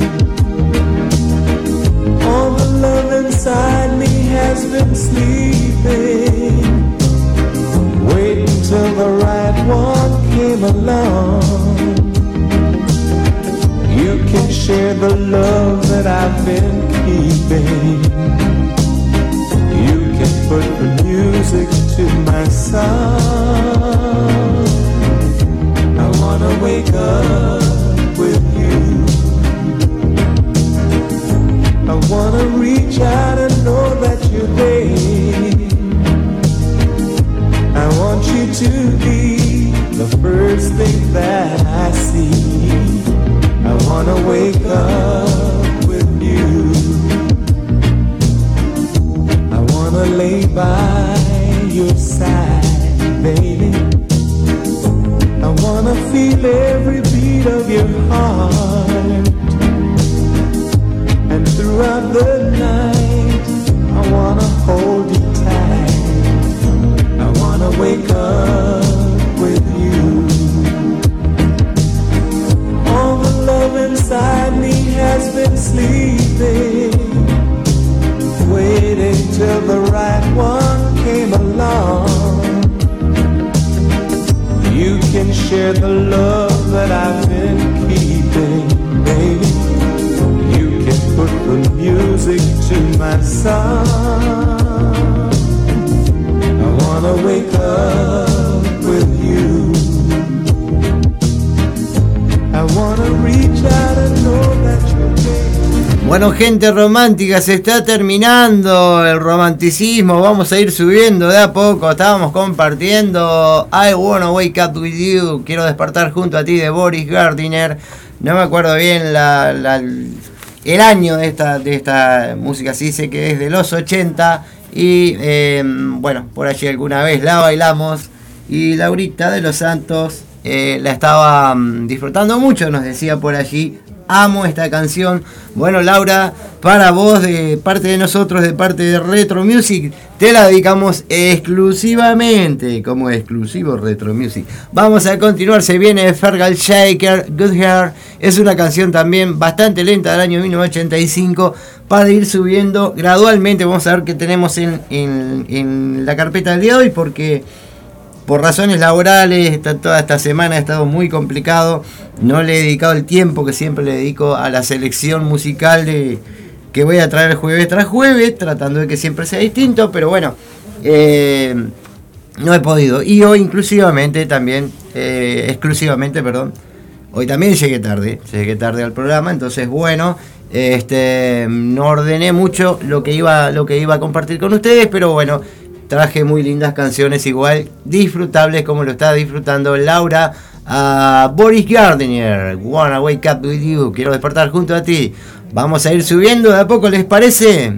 All the love inside me has been sleeping, waiting till the right one came along. You can share the love that I've been keeping. You can put the music to my song. I wanna wake up with you. wanna wake up with you. I wanna lay by your side, baby. I wanna feel every beat of your heart. And throughout the night, I wanna hold you tight. I wanna wake up with you. All the love inside me has been sleeping, waiting till the right one came along. You can share the love that I've been keeping, baby. You can put the music to my song. I wanna wake up with you. I wanna reach out and know that you're there. Bueno, gente romántica, se está terminando el romanticismo. Vamos a ir subiendo de a poco. Estábamos compartiendo I Wanna Wake Up With You, Quiero Despertar Junto a Ti, de Boris Gardiner. No me acuerdo bien la, la, el año de esta, de esta música. Sí sé que es de los ochenta. Y eh, bueno, por allí alguna vez la bailamos. Y Laurita de los Santos eh, la estaba um, disfrutando mucho. Nos decía por allí: amo esta canción. Bueno, Laura, para vos, de parte de nosotros, de parte de Retro Music, te la dedicamos exclusivamente como exclusivo Retro Music. Vamos a continuar, se viene Fergal Shaker, Good Hair. Es una canción también bastante lenta del año mil novecientos ochenta y cinco, para ir subiendo gradualmente. Vamos a ver qué tenemos en, en, en la carpeta del día de hoy, porque por razones laborales, esta, toda esta semana ha estado muy complicado. No le he dedicado el tiempo que siempre le dedico a la selección musical de, que voy a traer jueves tras jueves, tratando de que siempre sea distinto, pero bueno, eh, no he podido. Y hoy inclusivamente también, eh, exclusivamente, perdón, hoy también llegué tarde, llegué tarde al programa, entonces bueno, este, no ordené mucho lo que iba, lo que iba a compartir con ustedes, pero bueno, traje muy lindas canciones igual, disfrutables como lo está disfrutando Laura. A Boris Gardiner, Wanna Wake Up With You, Quiero Despertar Junto a Ti. Vamos a ir subiendo de a poco, ¿les parece?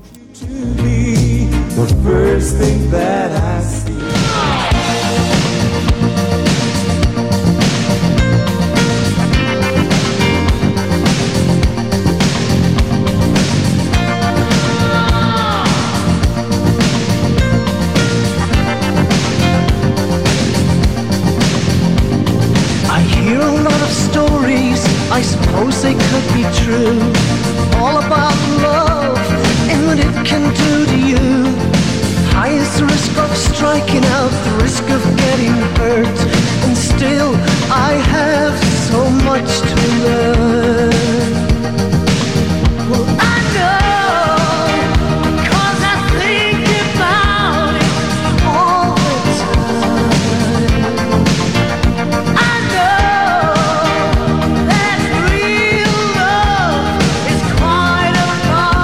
I suppose they could be true, all about love and what it can do to you. High is the risk of striking out, the risk of getting hurt, and still I have so much to learn. Well, I know, 'cause I think about it all the time. I know that real love is quite a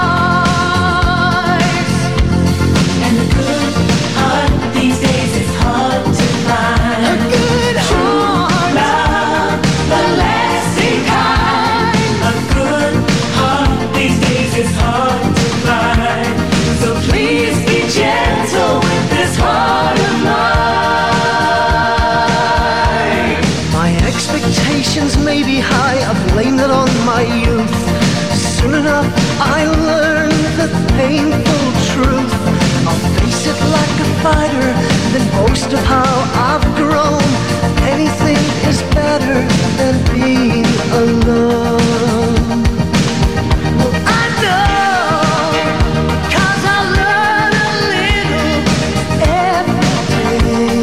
price, and a good heart these days is hard to find. A good heart, love, the lasting kind. A good heart these days is hard to find. So please be gentle with this heart of mine. My expectations may be high, I blame it on my youth. Soon enough I learn the painful truth. I'll face it like a fighter, then boast of how I've grown. Anything is better than being alone. Well, I know, 'cause I learn a little every day.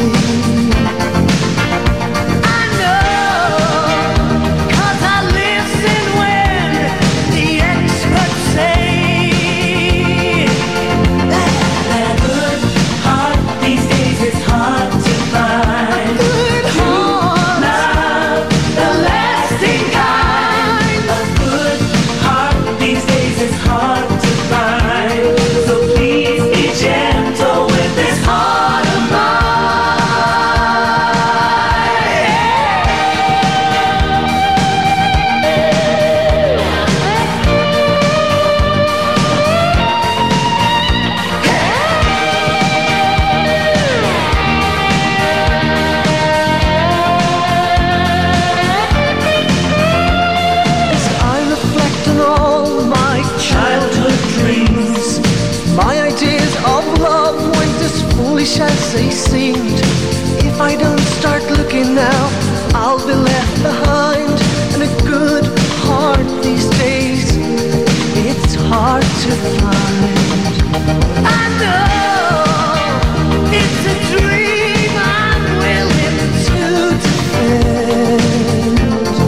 I know, 'cause I listen when the experts say that a good heart these days is hard to find. A good heart, love, the lasting kind. foolish as they seemed. If I don't start looking now, I'll be left behind. And a good heart these days, it's hard to find. I know it's a dream I'm willing to defend.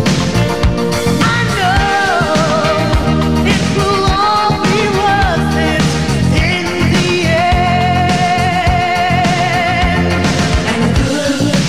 I know it will all be worth it in the end. And a good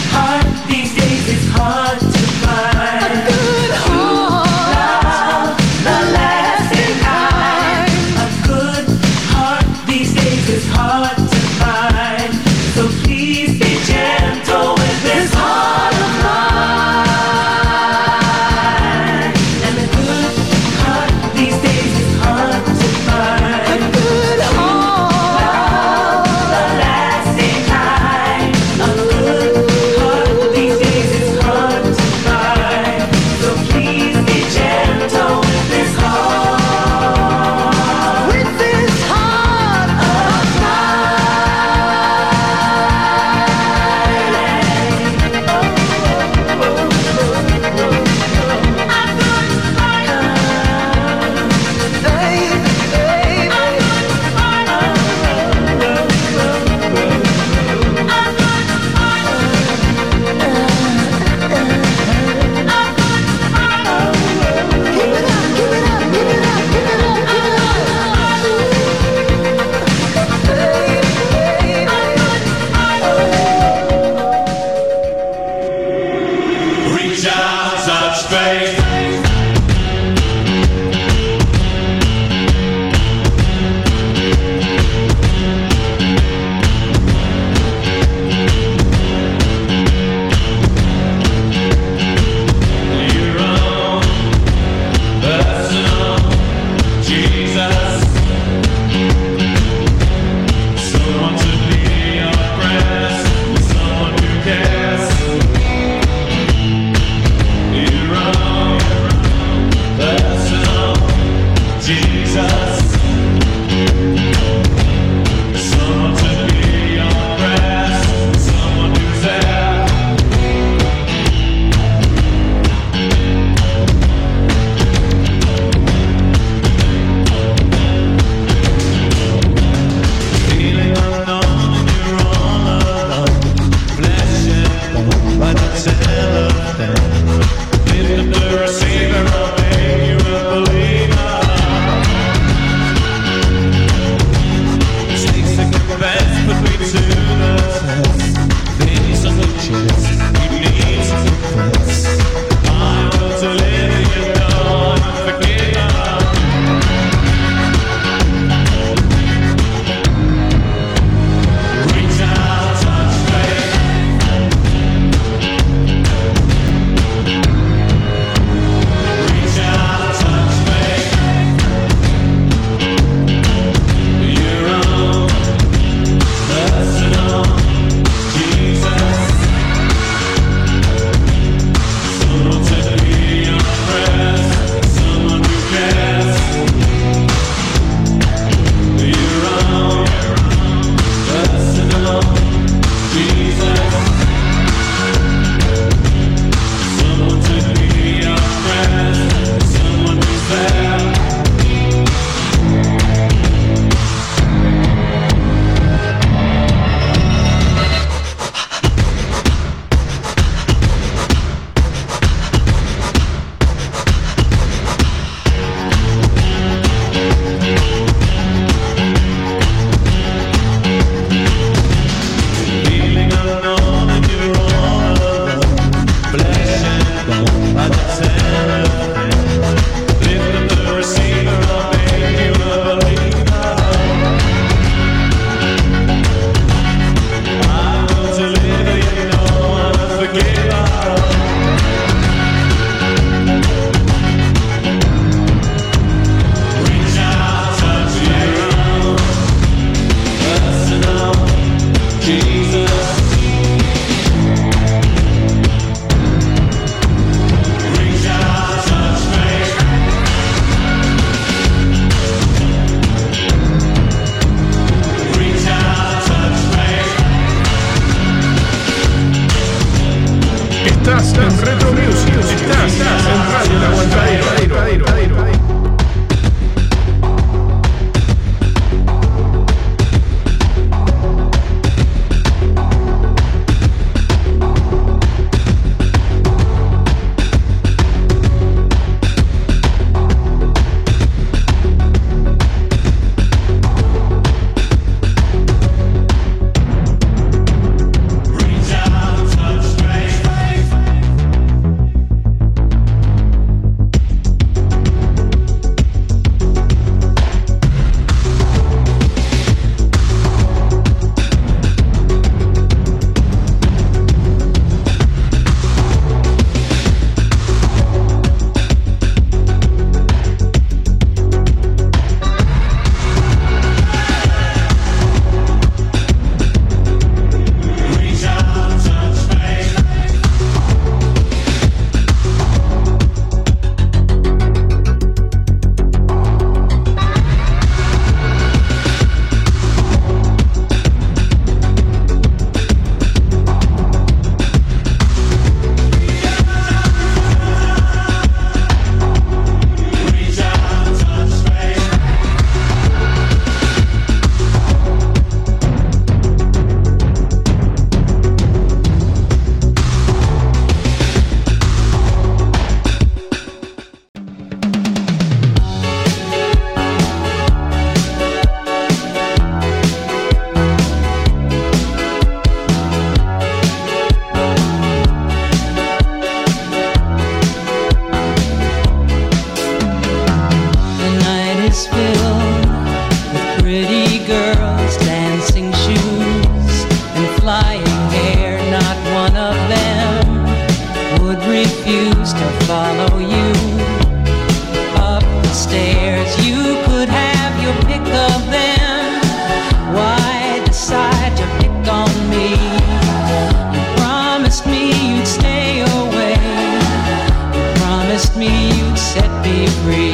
stairs. You could have your pick of them. Why decide to pick on me? You promised me you'd stay away. You promised me you'd set me free.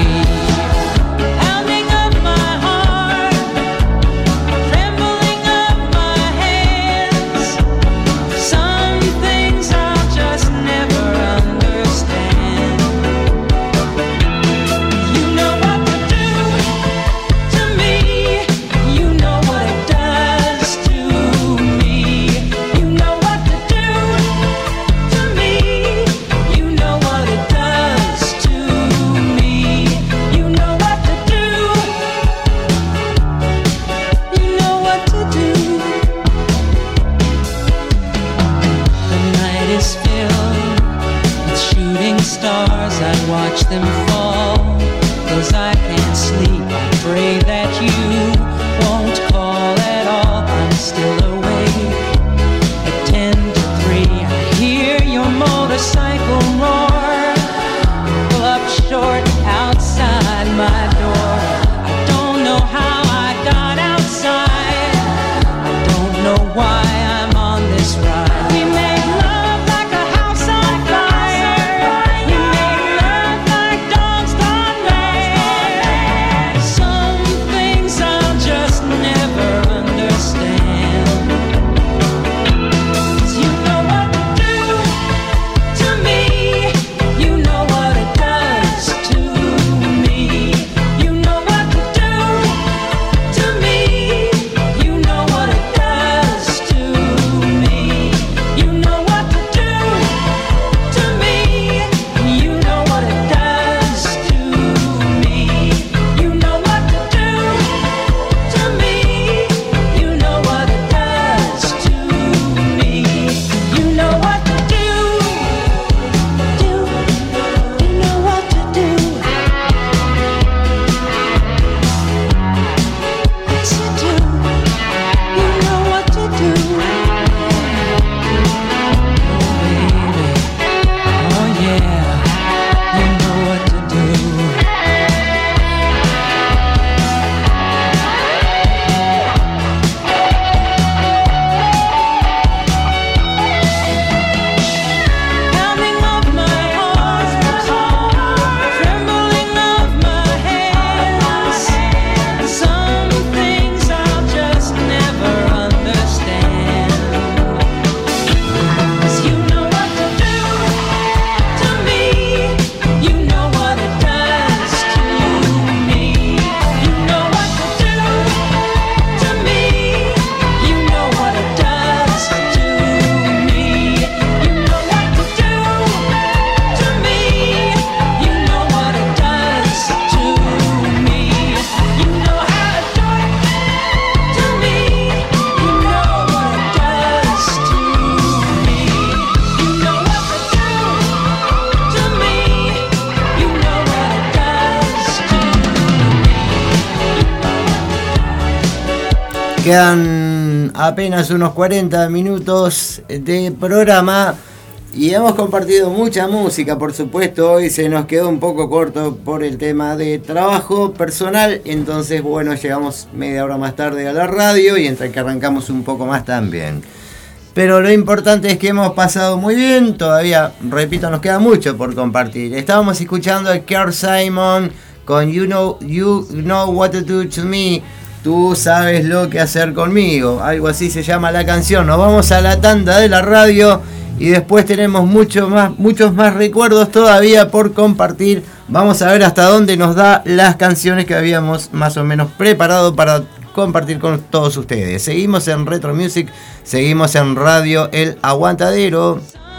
Quedan apenas unos cuarenta minutos de programa y hemos compartido mucha música, por supuesto. Hoy se nos quedó un poco corto por el tema de trabajo personal, entonces bueno, llegamos media hora más tarde a la radio y entre que arrancamos un poco más también. Pero lo importante es que hemos pasado muy bien, todavía, repito, nos queda mucho por compartir. Estábamos escuchando a Carl Simon con You Know, You Know What to Do to Me. Tú sabes lo que hacer conmigo, algo así se llama la canción. Nos vamos a la tanda de la radio y después tenemos mucho más, muchos más recuerdos todavía por compartir. Vamos a ver hasta dónde nos da las canciones que habíamos más o menos preparado para compartir con todos ustedes. Seguimos en Retro Music, seguimos en Radio El Aguantadero.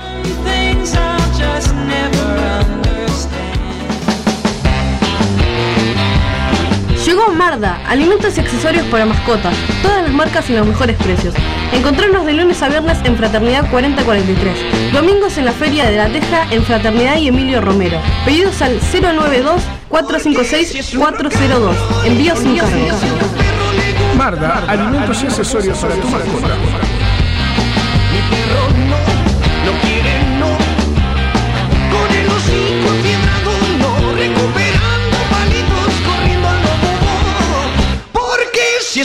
Llegó Marda, alimentos y accesorios para mascotas, todas las marcas y los mejores precios. Encontrarnos de lunes a viernes en Fraternidad cuarenta cuarenta y tres, domingos en la Feria de la Teja en Fraternidad y Emilio Romero. Pedidos al cero nueve dos, cuatro cinco seis, cuatro cero dos. Envíos sin cargo. Marda, alimentos y accesorios para tu mascota. Mi perro no, no quiere no. Con el hocico quebrado no, recuperando palitos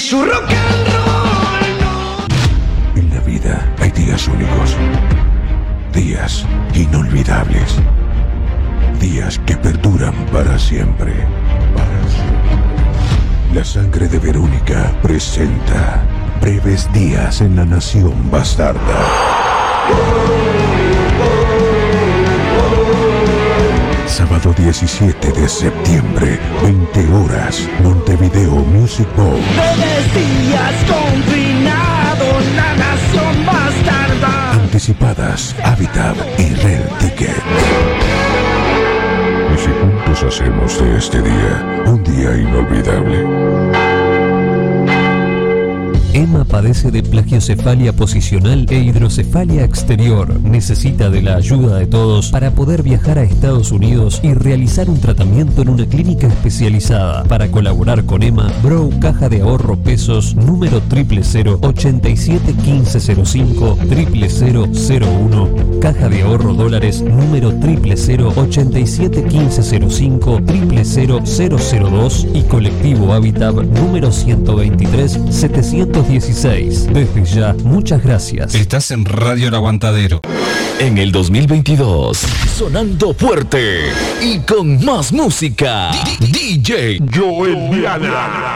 es su rock and roll. En la vida hay días únicos, días inolvidables, días que perduran para siempre. Para siempre. La sangre de Verónica presenta Breves días en la nación bastarda. Sábado diecisiete de septiembre, veinte horas, Montevideo Music Bowl. Breves días combinado, la nación bastarda. Anticipadas, Habitat y Red Ticket. Y si juntos hacemos de este día un día inolvidable. Emma padece de plagiocefalia posicional e hidrocefalia exterior. Necesita de la ayuda de todos para poder viajar a Estados Unidos y realizar un tratamiento en una clínica especializada. Para colaborar con Emma, Brow Caja de Ahorro Pesos número triple cero ochenta y siete quince cero cinco triple cero cero uno, Caja de Ahorro Dólares número triple cero ochenta y siete quince cero cinco triple cero cero cero dos y Colectivo Habitat número ciento veintitrés setecientos dieciséis. Desde ya, muchas gracias. Estás en Radio El Aguantadero. En el dos mil veintidós, sonando fuerte y con más música, D J Joel Diana.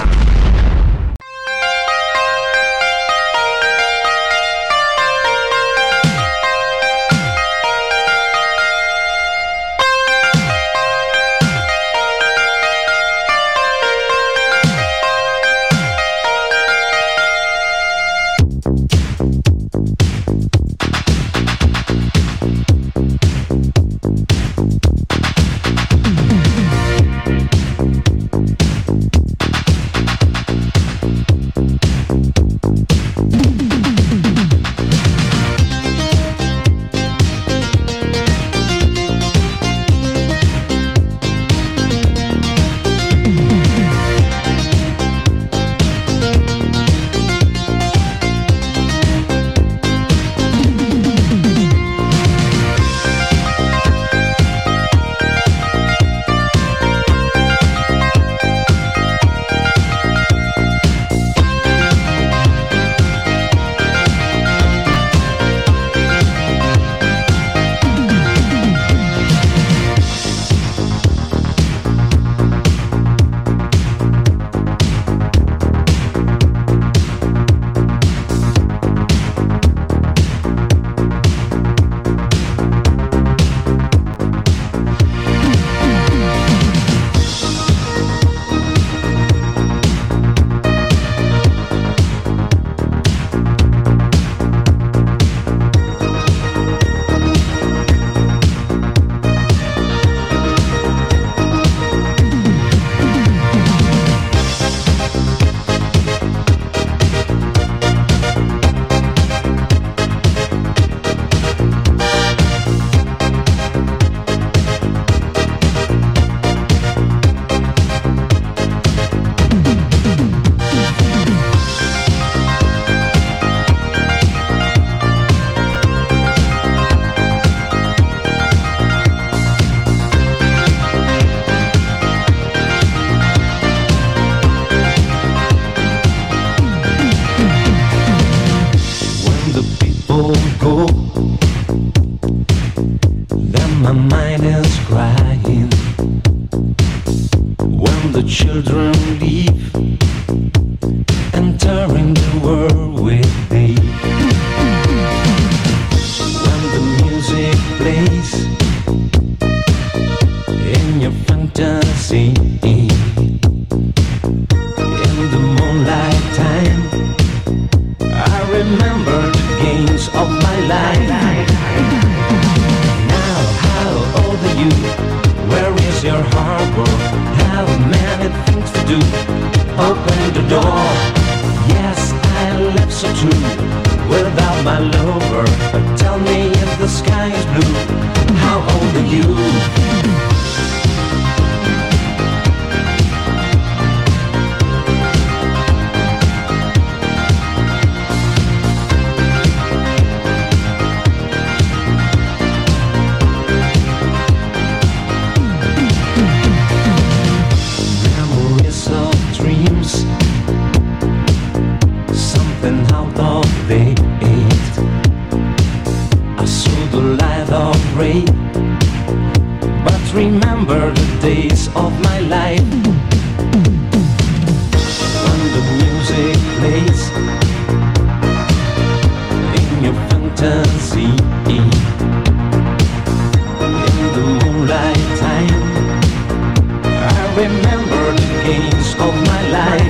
remember the games of my life.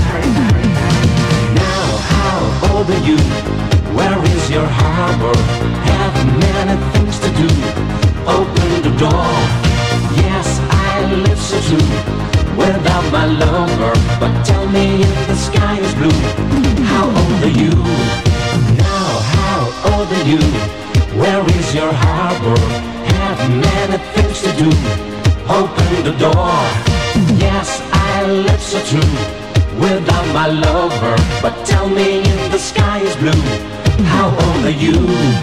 Now, how old are you? Where is your harbor? Have many things to do. Open the door. Yes, I live so true without my lover. But tell me if the sky is blue, how old are you? Now, how old are you? Where is your harbor? Have many things to do. Open the door. Yes, I live so true without my lover. But tell me if the sky is blue, how old are you?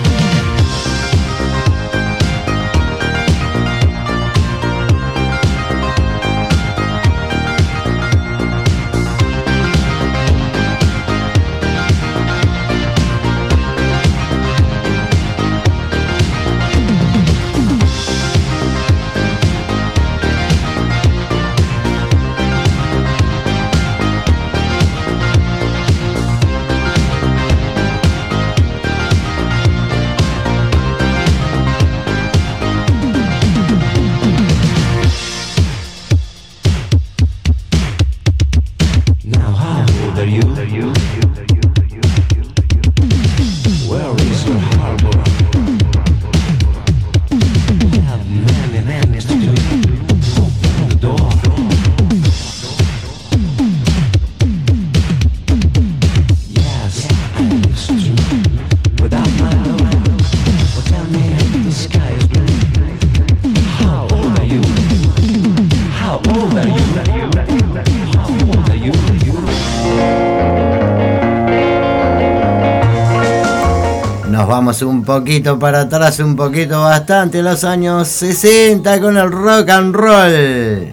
Un poquito para atrás, un poquito bastante, los años sesenta con el rock and roll.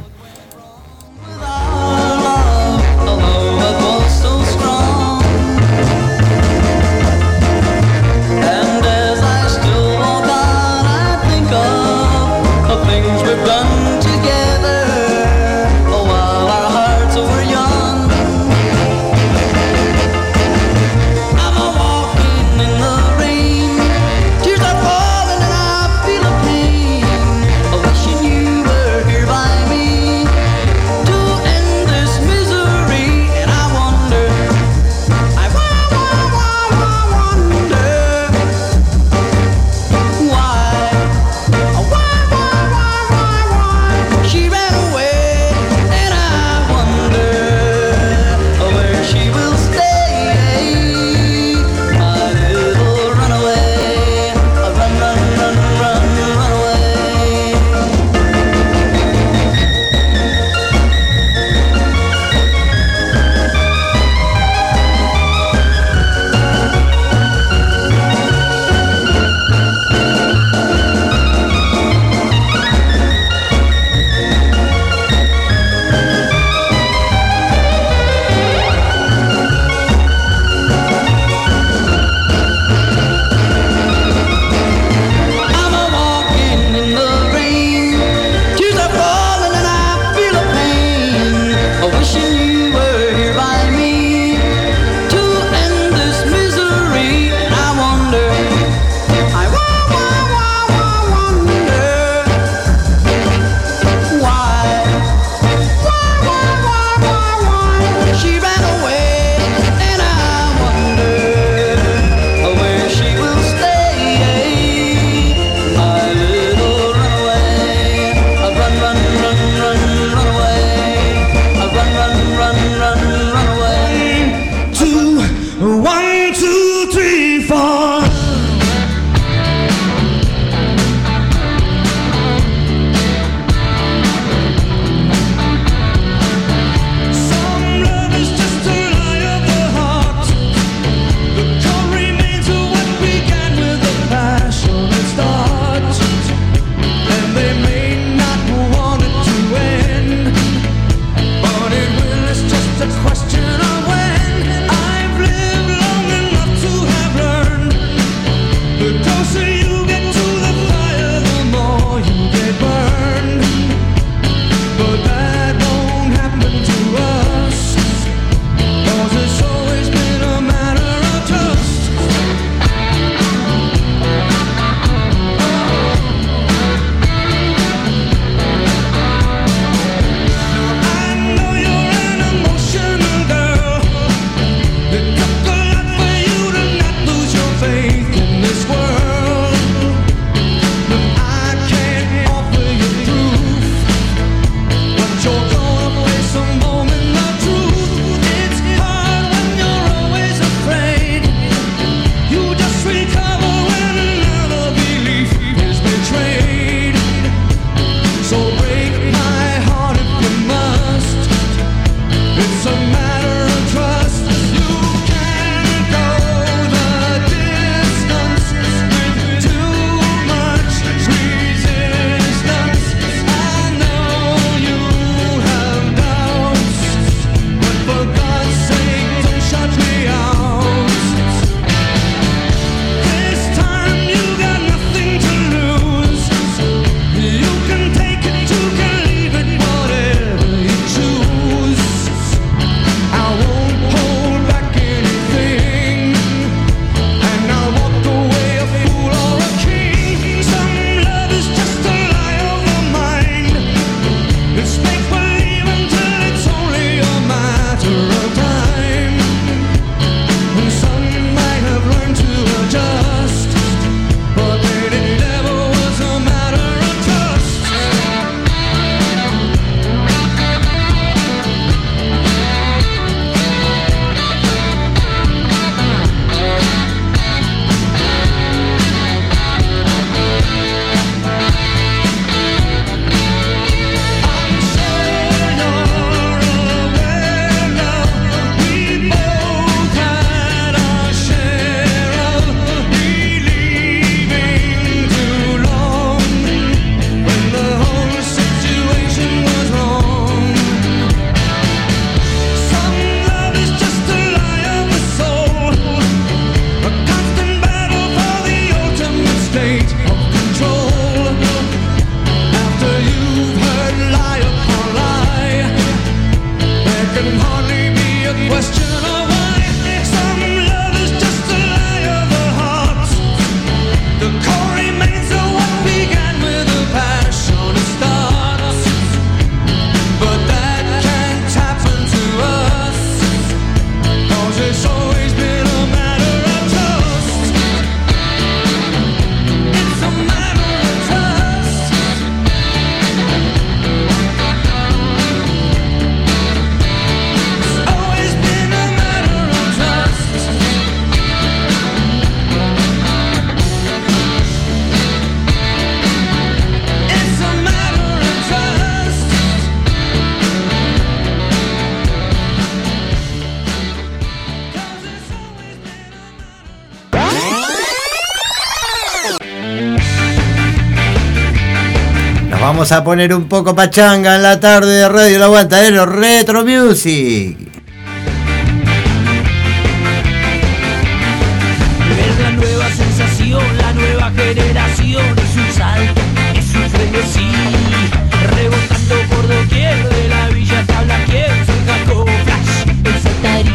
Me vamos a poner un poco pachanga en la tarde de Radio El Aguantadero Retro Music. Es la nueva sensación, la nueva generación, es un salto, es un frenesí, rebotando por doquier de la villa hasta Blaquier, cerca como flash, el saltarí.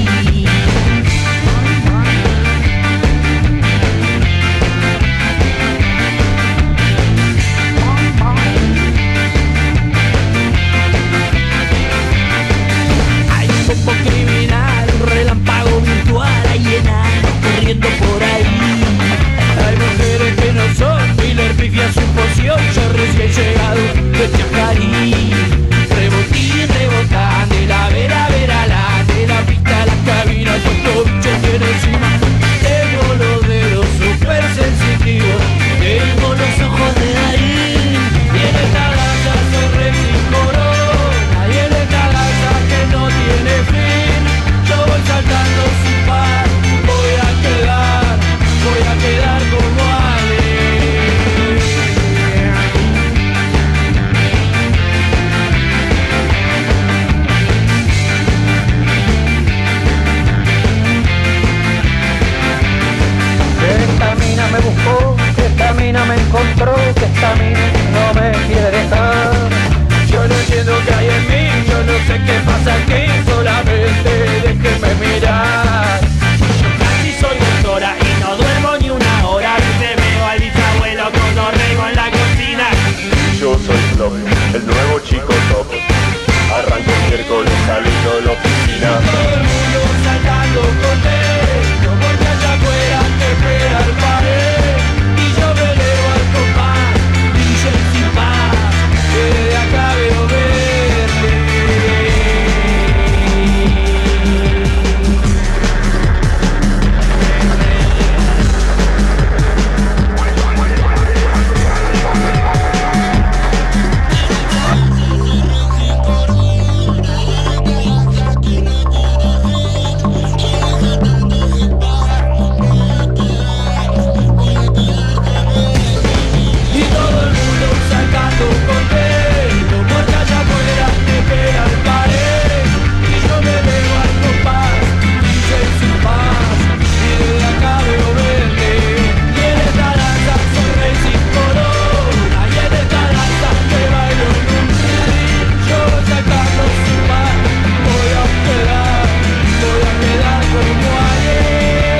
Hay un poco criminal, un relámpago virtual, hay enanos corriendo por ahí. Hay mujeres que no son Miller, pifia su poción, yo recién llegado de Chajarí. Rebotín, rebotan de la vera, vera, la de la pista a la cabina, todo bicho tiene encima. Tengo los dedos super sensitivos, tengo los ojos de Darín. Y en esta danza soy re sin corona, y en esta danza que no tiene fin, yo voy saltando sin par, voy a quedar, voy a quedar como Ale. Que esta mina me buscó, que esta mina me encontró, que esta mina no me quiere dejar. Yo no entiendo qué hay en mí, yo no sé qué pasa aquí, solamente déjenme mirar. Yo casi soy doctora y no duermo ni una hora, te veo al bisabuelo con orrego en la cocina. Yo soy Flop, el nuevo chico top. Arranco el miércoles saliendo de la oficina. Todo el mundo saltando contento, porque allá afuera te espera el pared. Y yo me elevo al compás, y yo sin paz, que desde acá veo verte. Y todo el mundo saltando contento, porque allá afuera te espera el pared. Y yo me elevo al compás, y yo sin paz, y desde acá veo verte. Y en esta danza soy rey sin corona, y en esta danza te bailo en un ring. Yo voy saltando sin paz, voy a quedar, voy a quedar como ayer.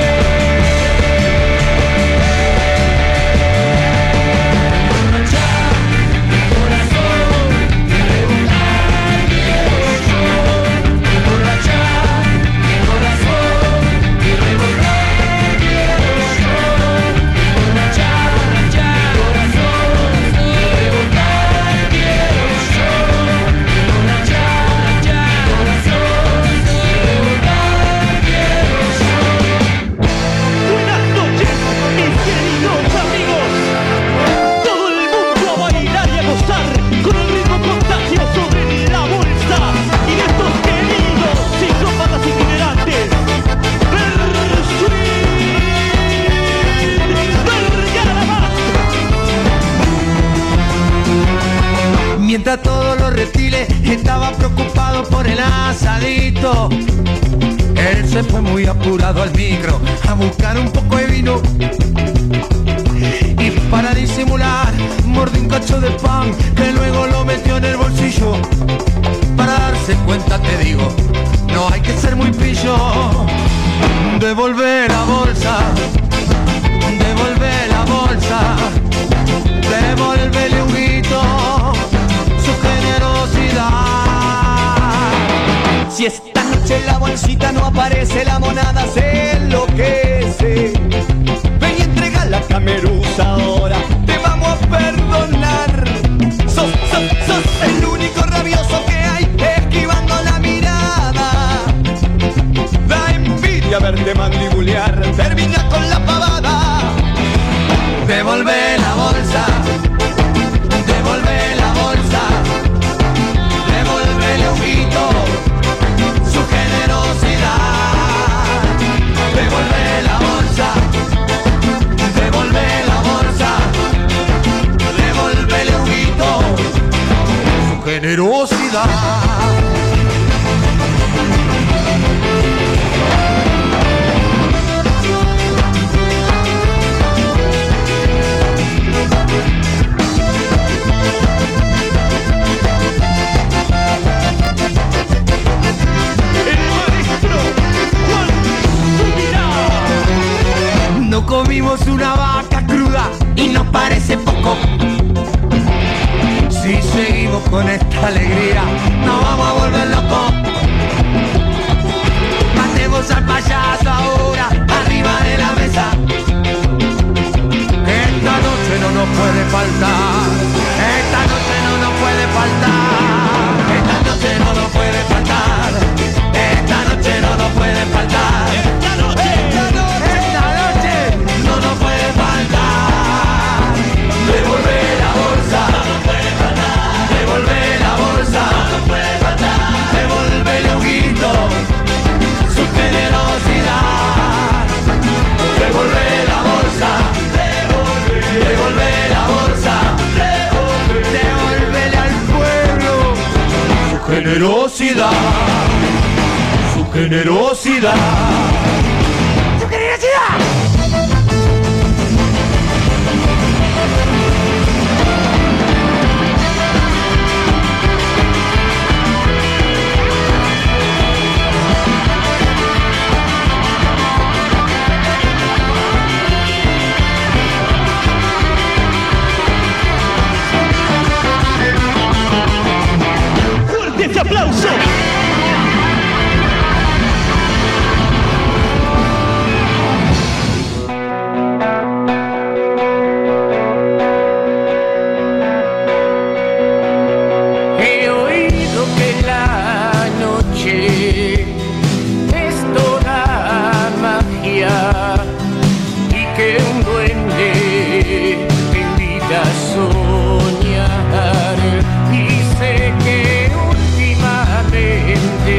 Buenas noches, mis queridos amigos. Todo el mundo a bailar y a gozar con el ritmo contagio sobre la bolsa y de estos queridos psicópatas itinerantes. Bersuit Bergarabat. Mientras todos los reptiles estaban preocupados por el asadito, él se fue muy apurado al micro a buscar un poco de vino. Y para disimular, mordió un cacho de pan que luego lo metió en el bolsillo. Para darse cuenta, te digo, no hay que ser muy pillo. Devolver la bolsa, devolver la bolsa, devolverle un grito, su generosidad. Si esta noche en la bolsita no aparece, la monada se enloquece. Ven y entrega la cameruza ahora, te vamos a perdonar. Sos, sos, sos el único rabioso que hay, esquivando la mirada. Da envidia verte mandibulear, termina con la pavada. Devolver la bolsa, devolver la bolsa, devolverle un grito, su generosidad. Devolver la bolsa, devolver la bolsa, generosidad. No comimos una vaca cruda y nos parece poco. Si seguimos con esta alegría, nos vamos a volver locos. Matemos al payaso ahora, arriba de la mesa. Esta noche no nos puede faltar. Esta noche no nos puede faltar. Esta noche no nos puede faltar. Esta noche no nos puede faltar. Esta noche, esta noche, esta noche no nos puede faltar. Devolver la bolsa, no nos puede faltar. Devolver la bolsa, no nos puede faltar. Devolverle un grito, su generosidad. Devolver la bolsa, devolver la bolsa, devolverle al pueblo su generosidad, su generosidad, su generosidad. ¡Fuerte aplauso! He oído que la noche es toda magia y que un duende te invita a soñar. Y sé que últimamente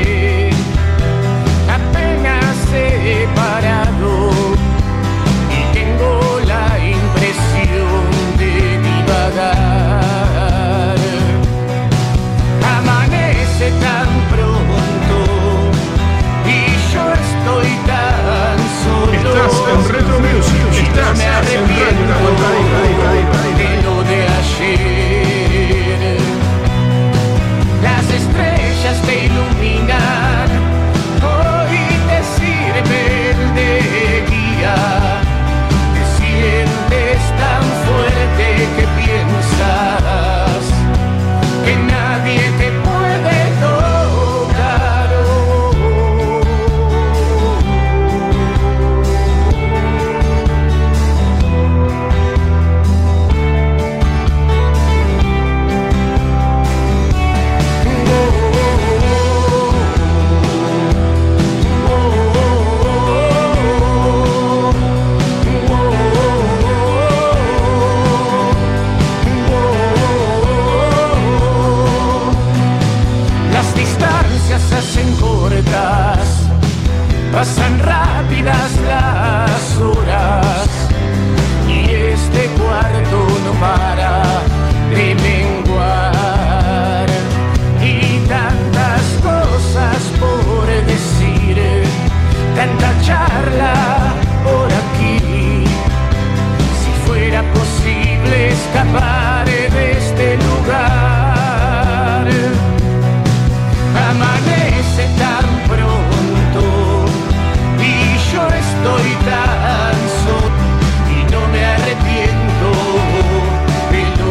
apenas he parado y tengo la impresión de divagar. Amanece tan pronto y yo estoy tan solo. Estás en Retro Music, y no estás me en arrepiento de lo de ayer. Las estrellas te iluminan, hoy te sirven de guía. Te sientes tan fuerte que piensas que nadie te puede tocar. Las distancias se hacen cortas, pasan rápidas las horas y este cuarto no para de menguar. Y tantas cosas por decir, tanta charla por aquí. Si fuera posible escapar de este lugar. Amanece tan pronto y yo estoy tan solo y no me arrepiento de lo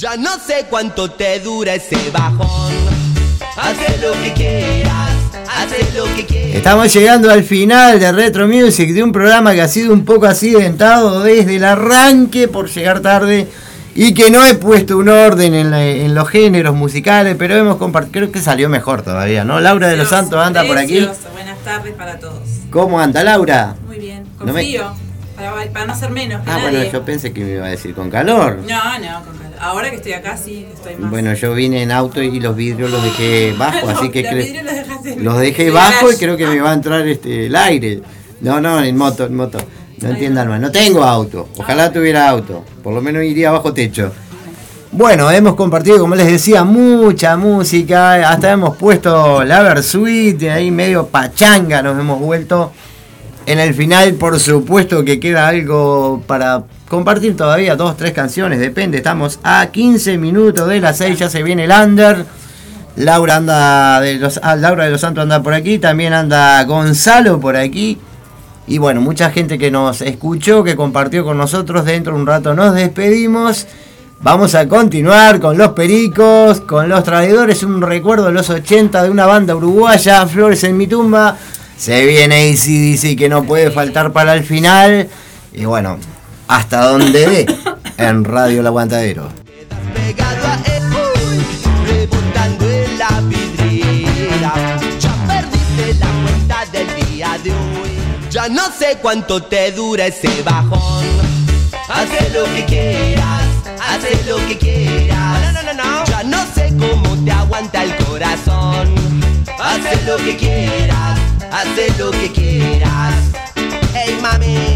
Ya no sé cuánto te dura ese bajón. Haz lo que quieras, haz lo que quieras. Estamos llegando al final de Retro Music, de un programa que ha sido un poco accidentado desde el arranque por llegar tarde y que no he puesto un orden en, la, en los géneros musicales, pero hemos compartido, creo que salió mejor todavía, ¿no? Laura de los Santos anda por aquí. Buenas tardes para todos. ¿Cómo anda, Laura? Muy bien, con no frío, me... para, para no ser menos que Ah, nadie. bueno, yo pensé que me iba a decir con calor. No, no, con calor. Ahora que estoy acá sí, estoy más. Bueno, yo vine en auto y los vidrios los dejé bajo, No, así que los cre... vidrios los dejaste en- los dejé en el bajo y garage. creo que me va a entrar este el aire. No, no, en moto, en moto. No entiendan mal, no tengo auto. Ojalá tuviera auto. Por lo menos iría bajo techo. Bueno, hemos compartido, como les decía, mucha música. Hasta hemos puesto la Versuit, de ahí medio pachanga nos hemos vuelto. En el final, por supuesto que queda algo para compartir todavía, dos, tres canciones, depende. Estamos a quince minutos de las seis, ya se viene el under. Laura anda de los, ah, Laura de los Santos anda por aquí, también anda Gonzalo por aquí. Y bueno, mucha gente que nos escuchó, que compartió con nosotros. Dentro de un rato nos despedimos. Vamos a continuar con Los Pericos, con Los Traidores, un recuerdo de los ochenta de una banda uruguaya, Flores en mi tumba. Se viene A C D C que no puede faltar para el final. Y bueno, hasta donde dé en Radio El Aguantadero. Pegado a él, uy, rebotando en la vidriera. Ya perdiste la cuenta del día de hoy. Ya no sé cuánto te dura ese bajón. Haz lo que quieras, haz lo que quieras. No, no, no, no. Ya no sé cómo te aguanta el corazón. Haz lo que quieras, haz lo que quieras. Hey mami,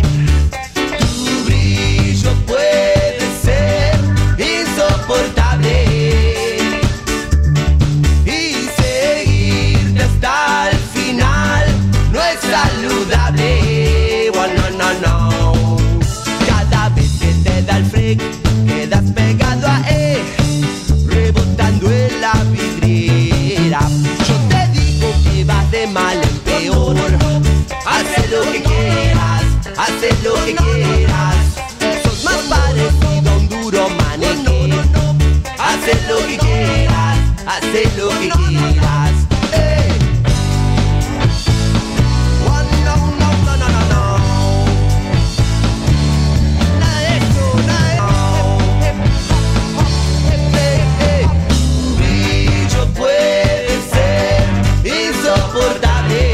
tu brillo puede ser insoportable y seguirte hasta el final no es saludable. Oh, no, no, no. Cada vez que te da el freak quedas pegado a él, rebotando en la vidriera. Yo te digo que vas de mal en peor. Haz lo que quieras, haz lo que quieras. Sos más parecido a un duro maniquí. Haz lo que quieras, haz lo que quieras. Ey. Oh, no, no, no, no, no, no. Nada de eso, nada de eso. Ey, ey. Tu brillo puede ser insoportable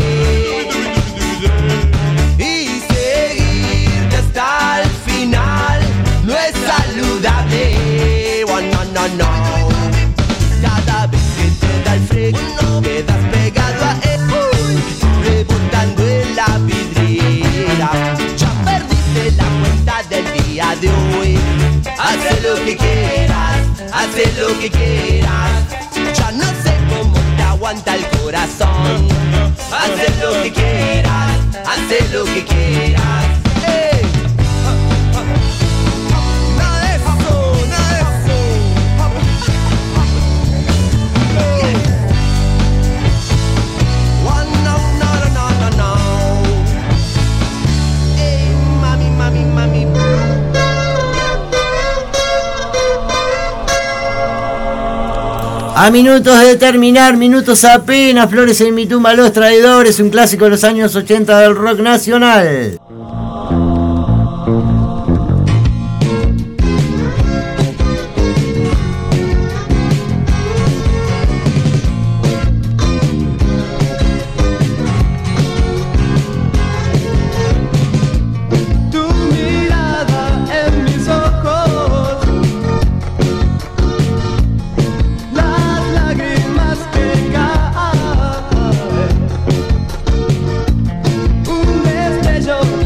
y seguirte hasta el final no es saludable. Oh, no, no, no. Cada vez que te da el freak quedas pegado a él, uy, rebotando en la vidriera. Ya perdiste la cuenta del día de hoy. Haz lo que quieras, haz lo que quieras. Ya no sé cómo te aguanta el corazón. Haz lo que quieras, haz lo que quieras. Ey. Nada de eso, nada de eso. Ey. Oh, no, no, no, no, no. Ey, mami, mami, mami. A minutos de terminar, minutos apenas, Flores en mi tumba, Los Traidores, un clásico de los años ochenta del rock nacional. Tu mirada en mis ojos, las lágrimas que caen, un destello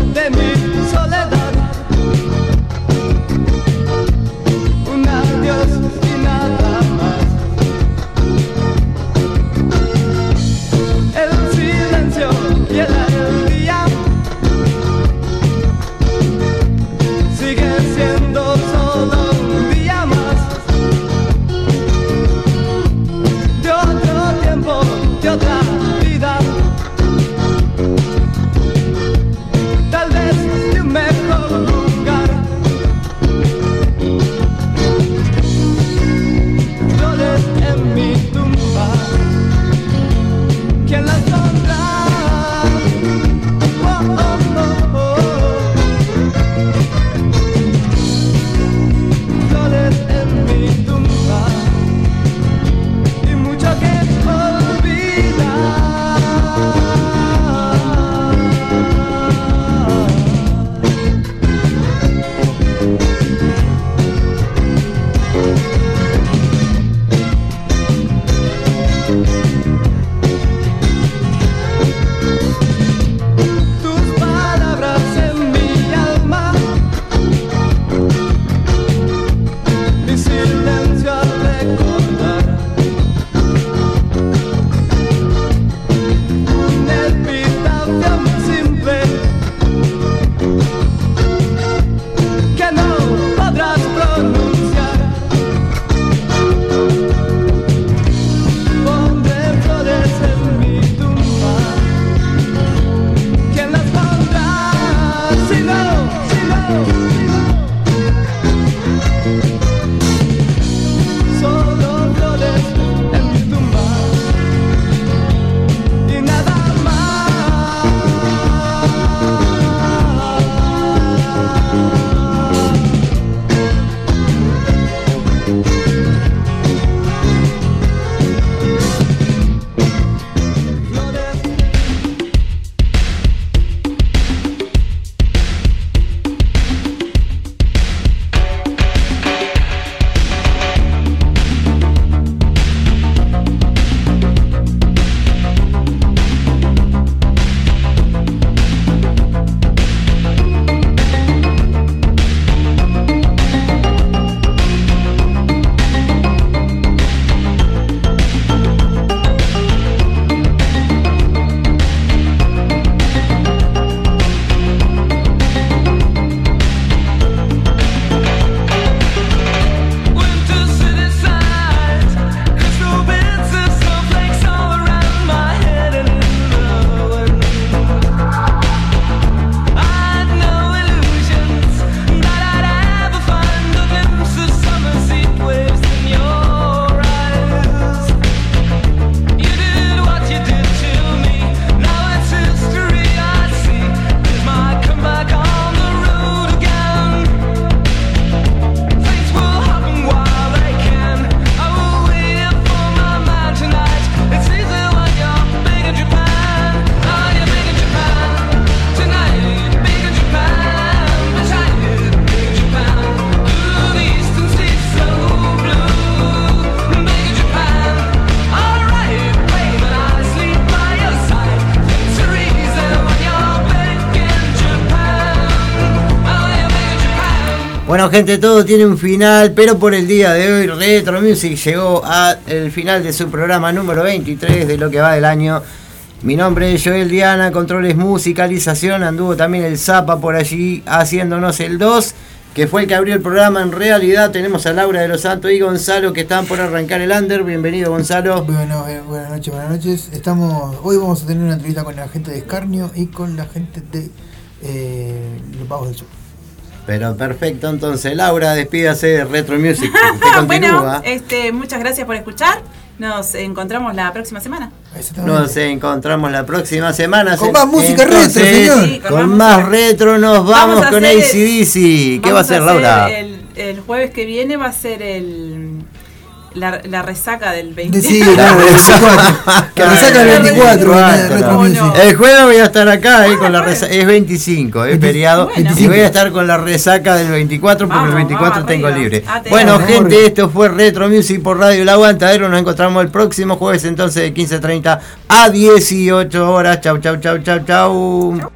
Bueno, gente, todo tiene un final, pero por el día de hoy Retro Music llegó al final de su programa número veintitrés de lo que va del año. Mi nombre es Joel Diana, controles musicalización, anduvo también el Zapa por allí haciéndonos el dos, que fue el que abrió el programa. En realidad tenemos a Laura de los Santos y Gonzalo que están por arrancar el under. Bienvenido, Gonzalo. Bueno, eh, buenas noches, buenas noches. Estamos, hoy vamos a tener una entrevista con la gente de Escarnio y con la gente de eh, Los Pagos del Sur. Pero perfecto, entonces Laura, despídase de Retro Music. Usted continúa. Bueno, este, muchas gracias por escuchar. Nos encontramos la próxima semana. Nos encontramos la próxima semana. Con más música retro, señor. Sí, con, con más retro nos vamos, vamos con A C D C. ¿Qué va a hacer, Laura? El, el jueves que viene va a ser el la, la resaca del veinticuatro. Sí, la resaca del veinticuatro. No, no. El jueves voy a estar acá eh, con la resaca. Es veinticinco, es feriado. Bueno. Y voy a estar con la resaca del veinticuatro porque vamos, el veinticuatro vamos, tengo arriba. Libre. Ah, bueno, vamos, gente, vamos. Esto fue Retro Music por Radio El Aguantadero. Nos encontramos el próximo jueves entonces de quince treinta a dieciocho horas. Chau, chau, chau, chau, chau. chau.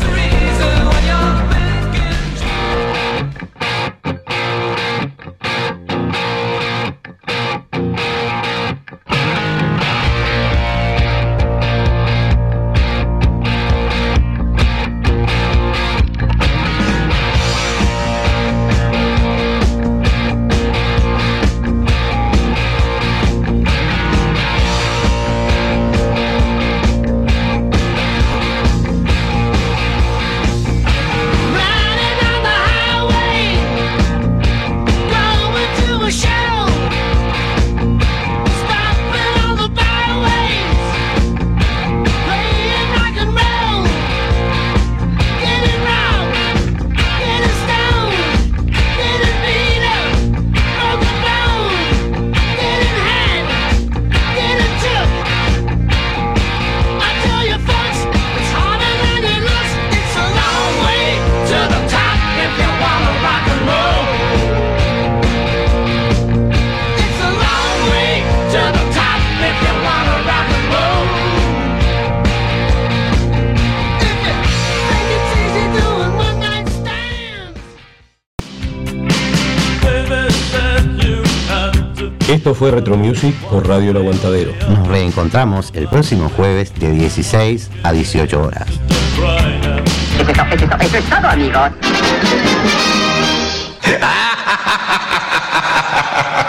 Esto fue Retro Music por Radio El Aguantadero. Nos reencontramos el próximo jueves de dieciséis a dieciocho horas. Eso es todo, eso es todo, eso es todo, amigos.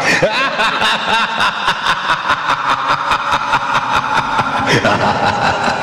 Ha ha ha ha ha.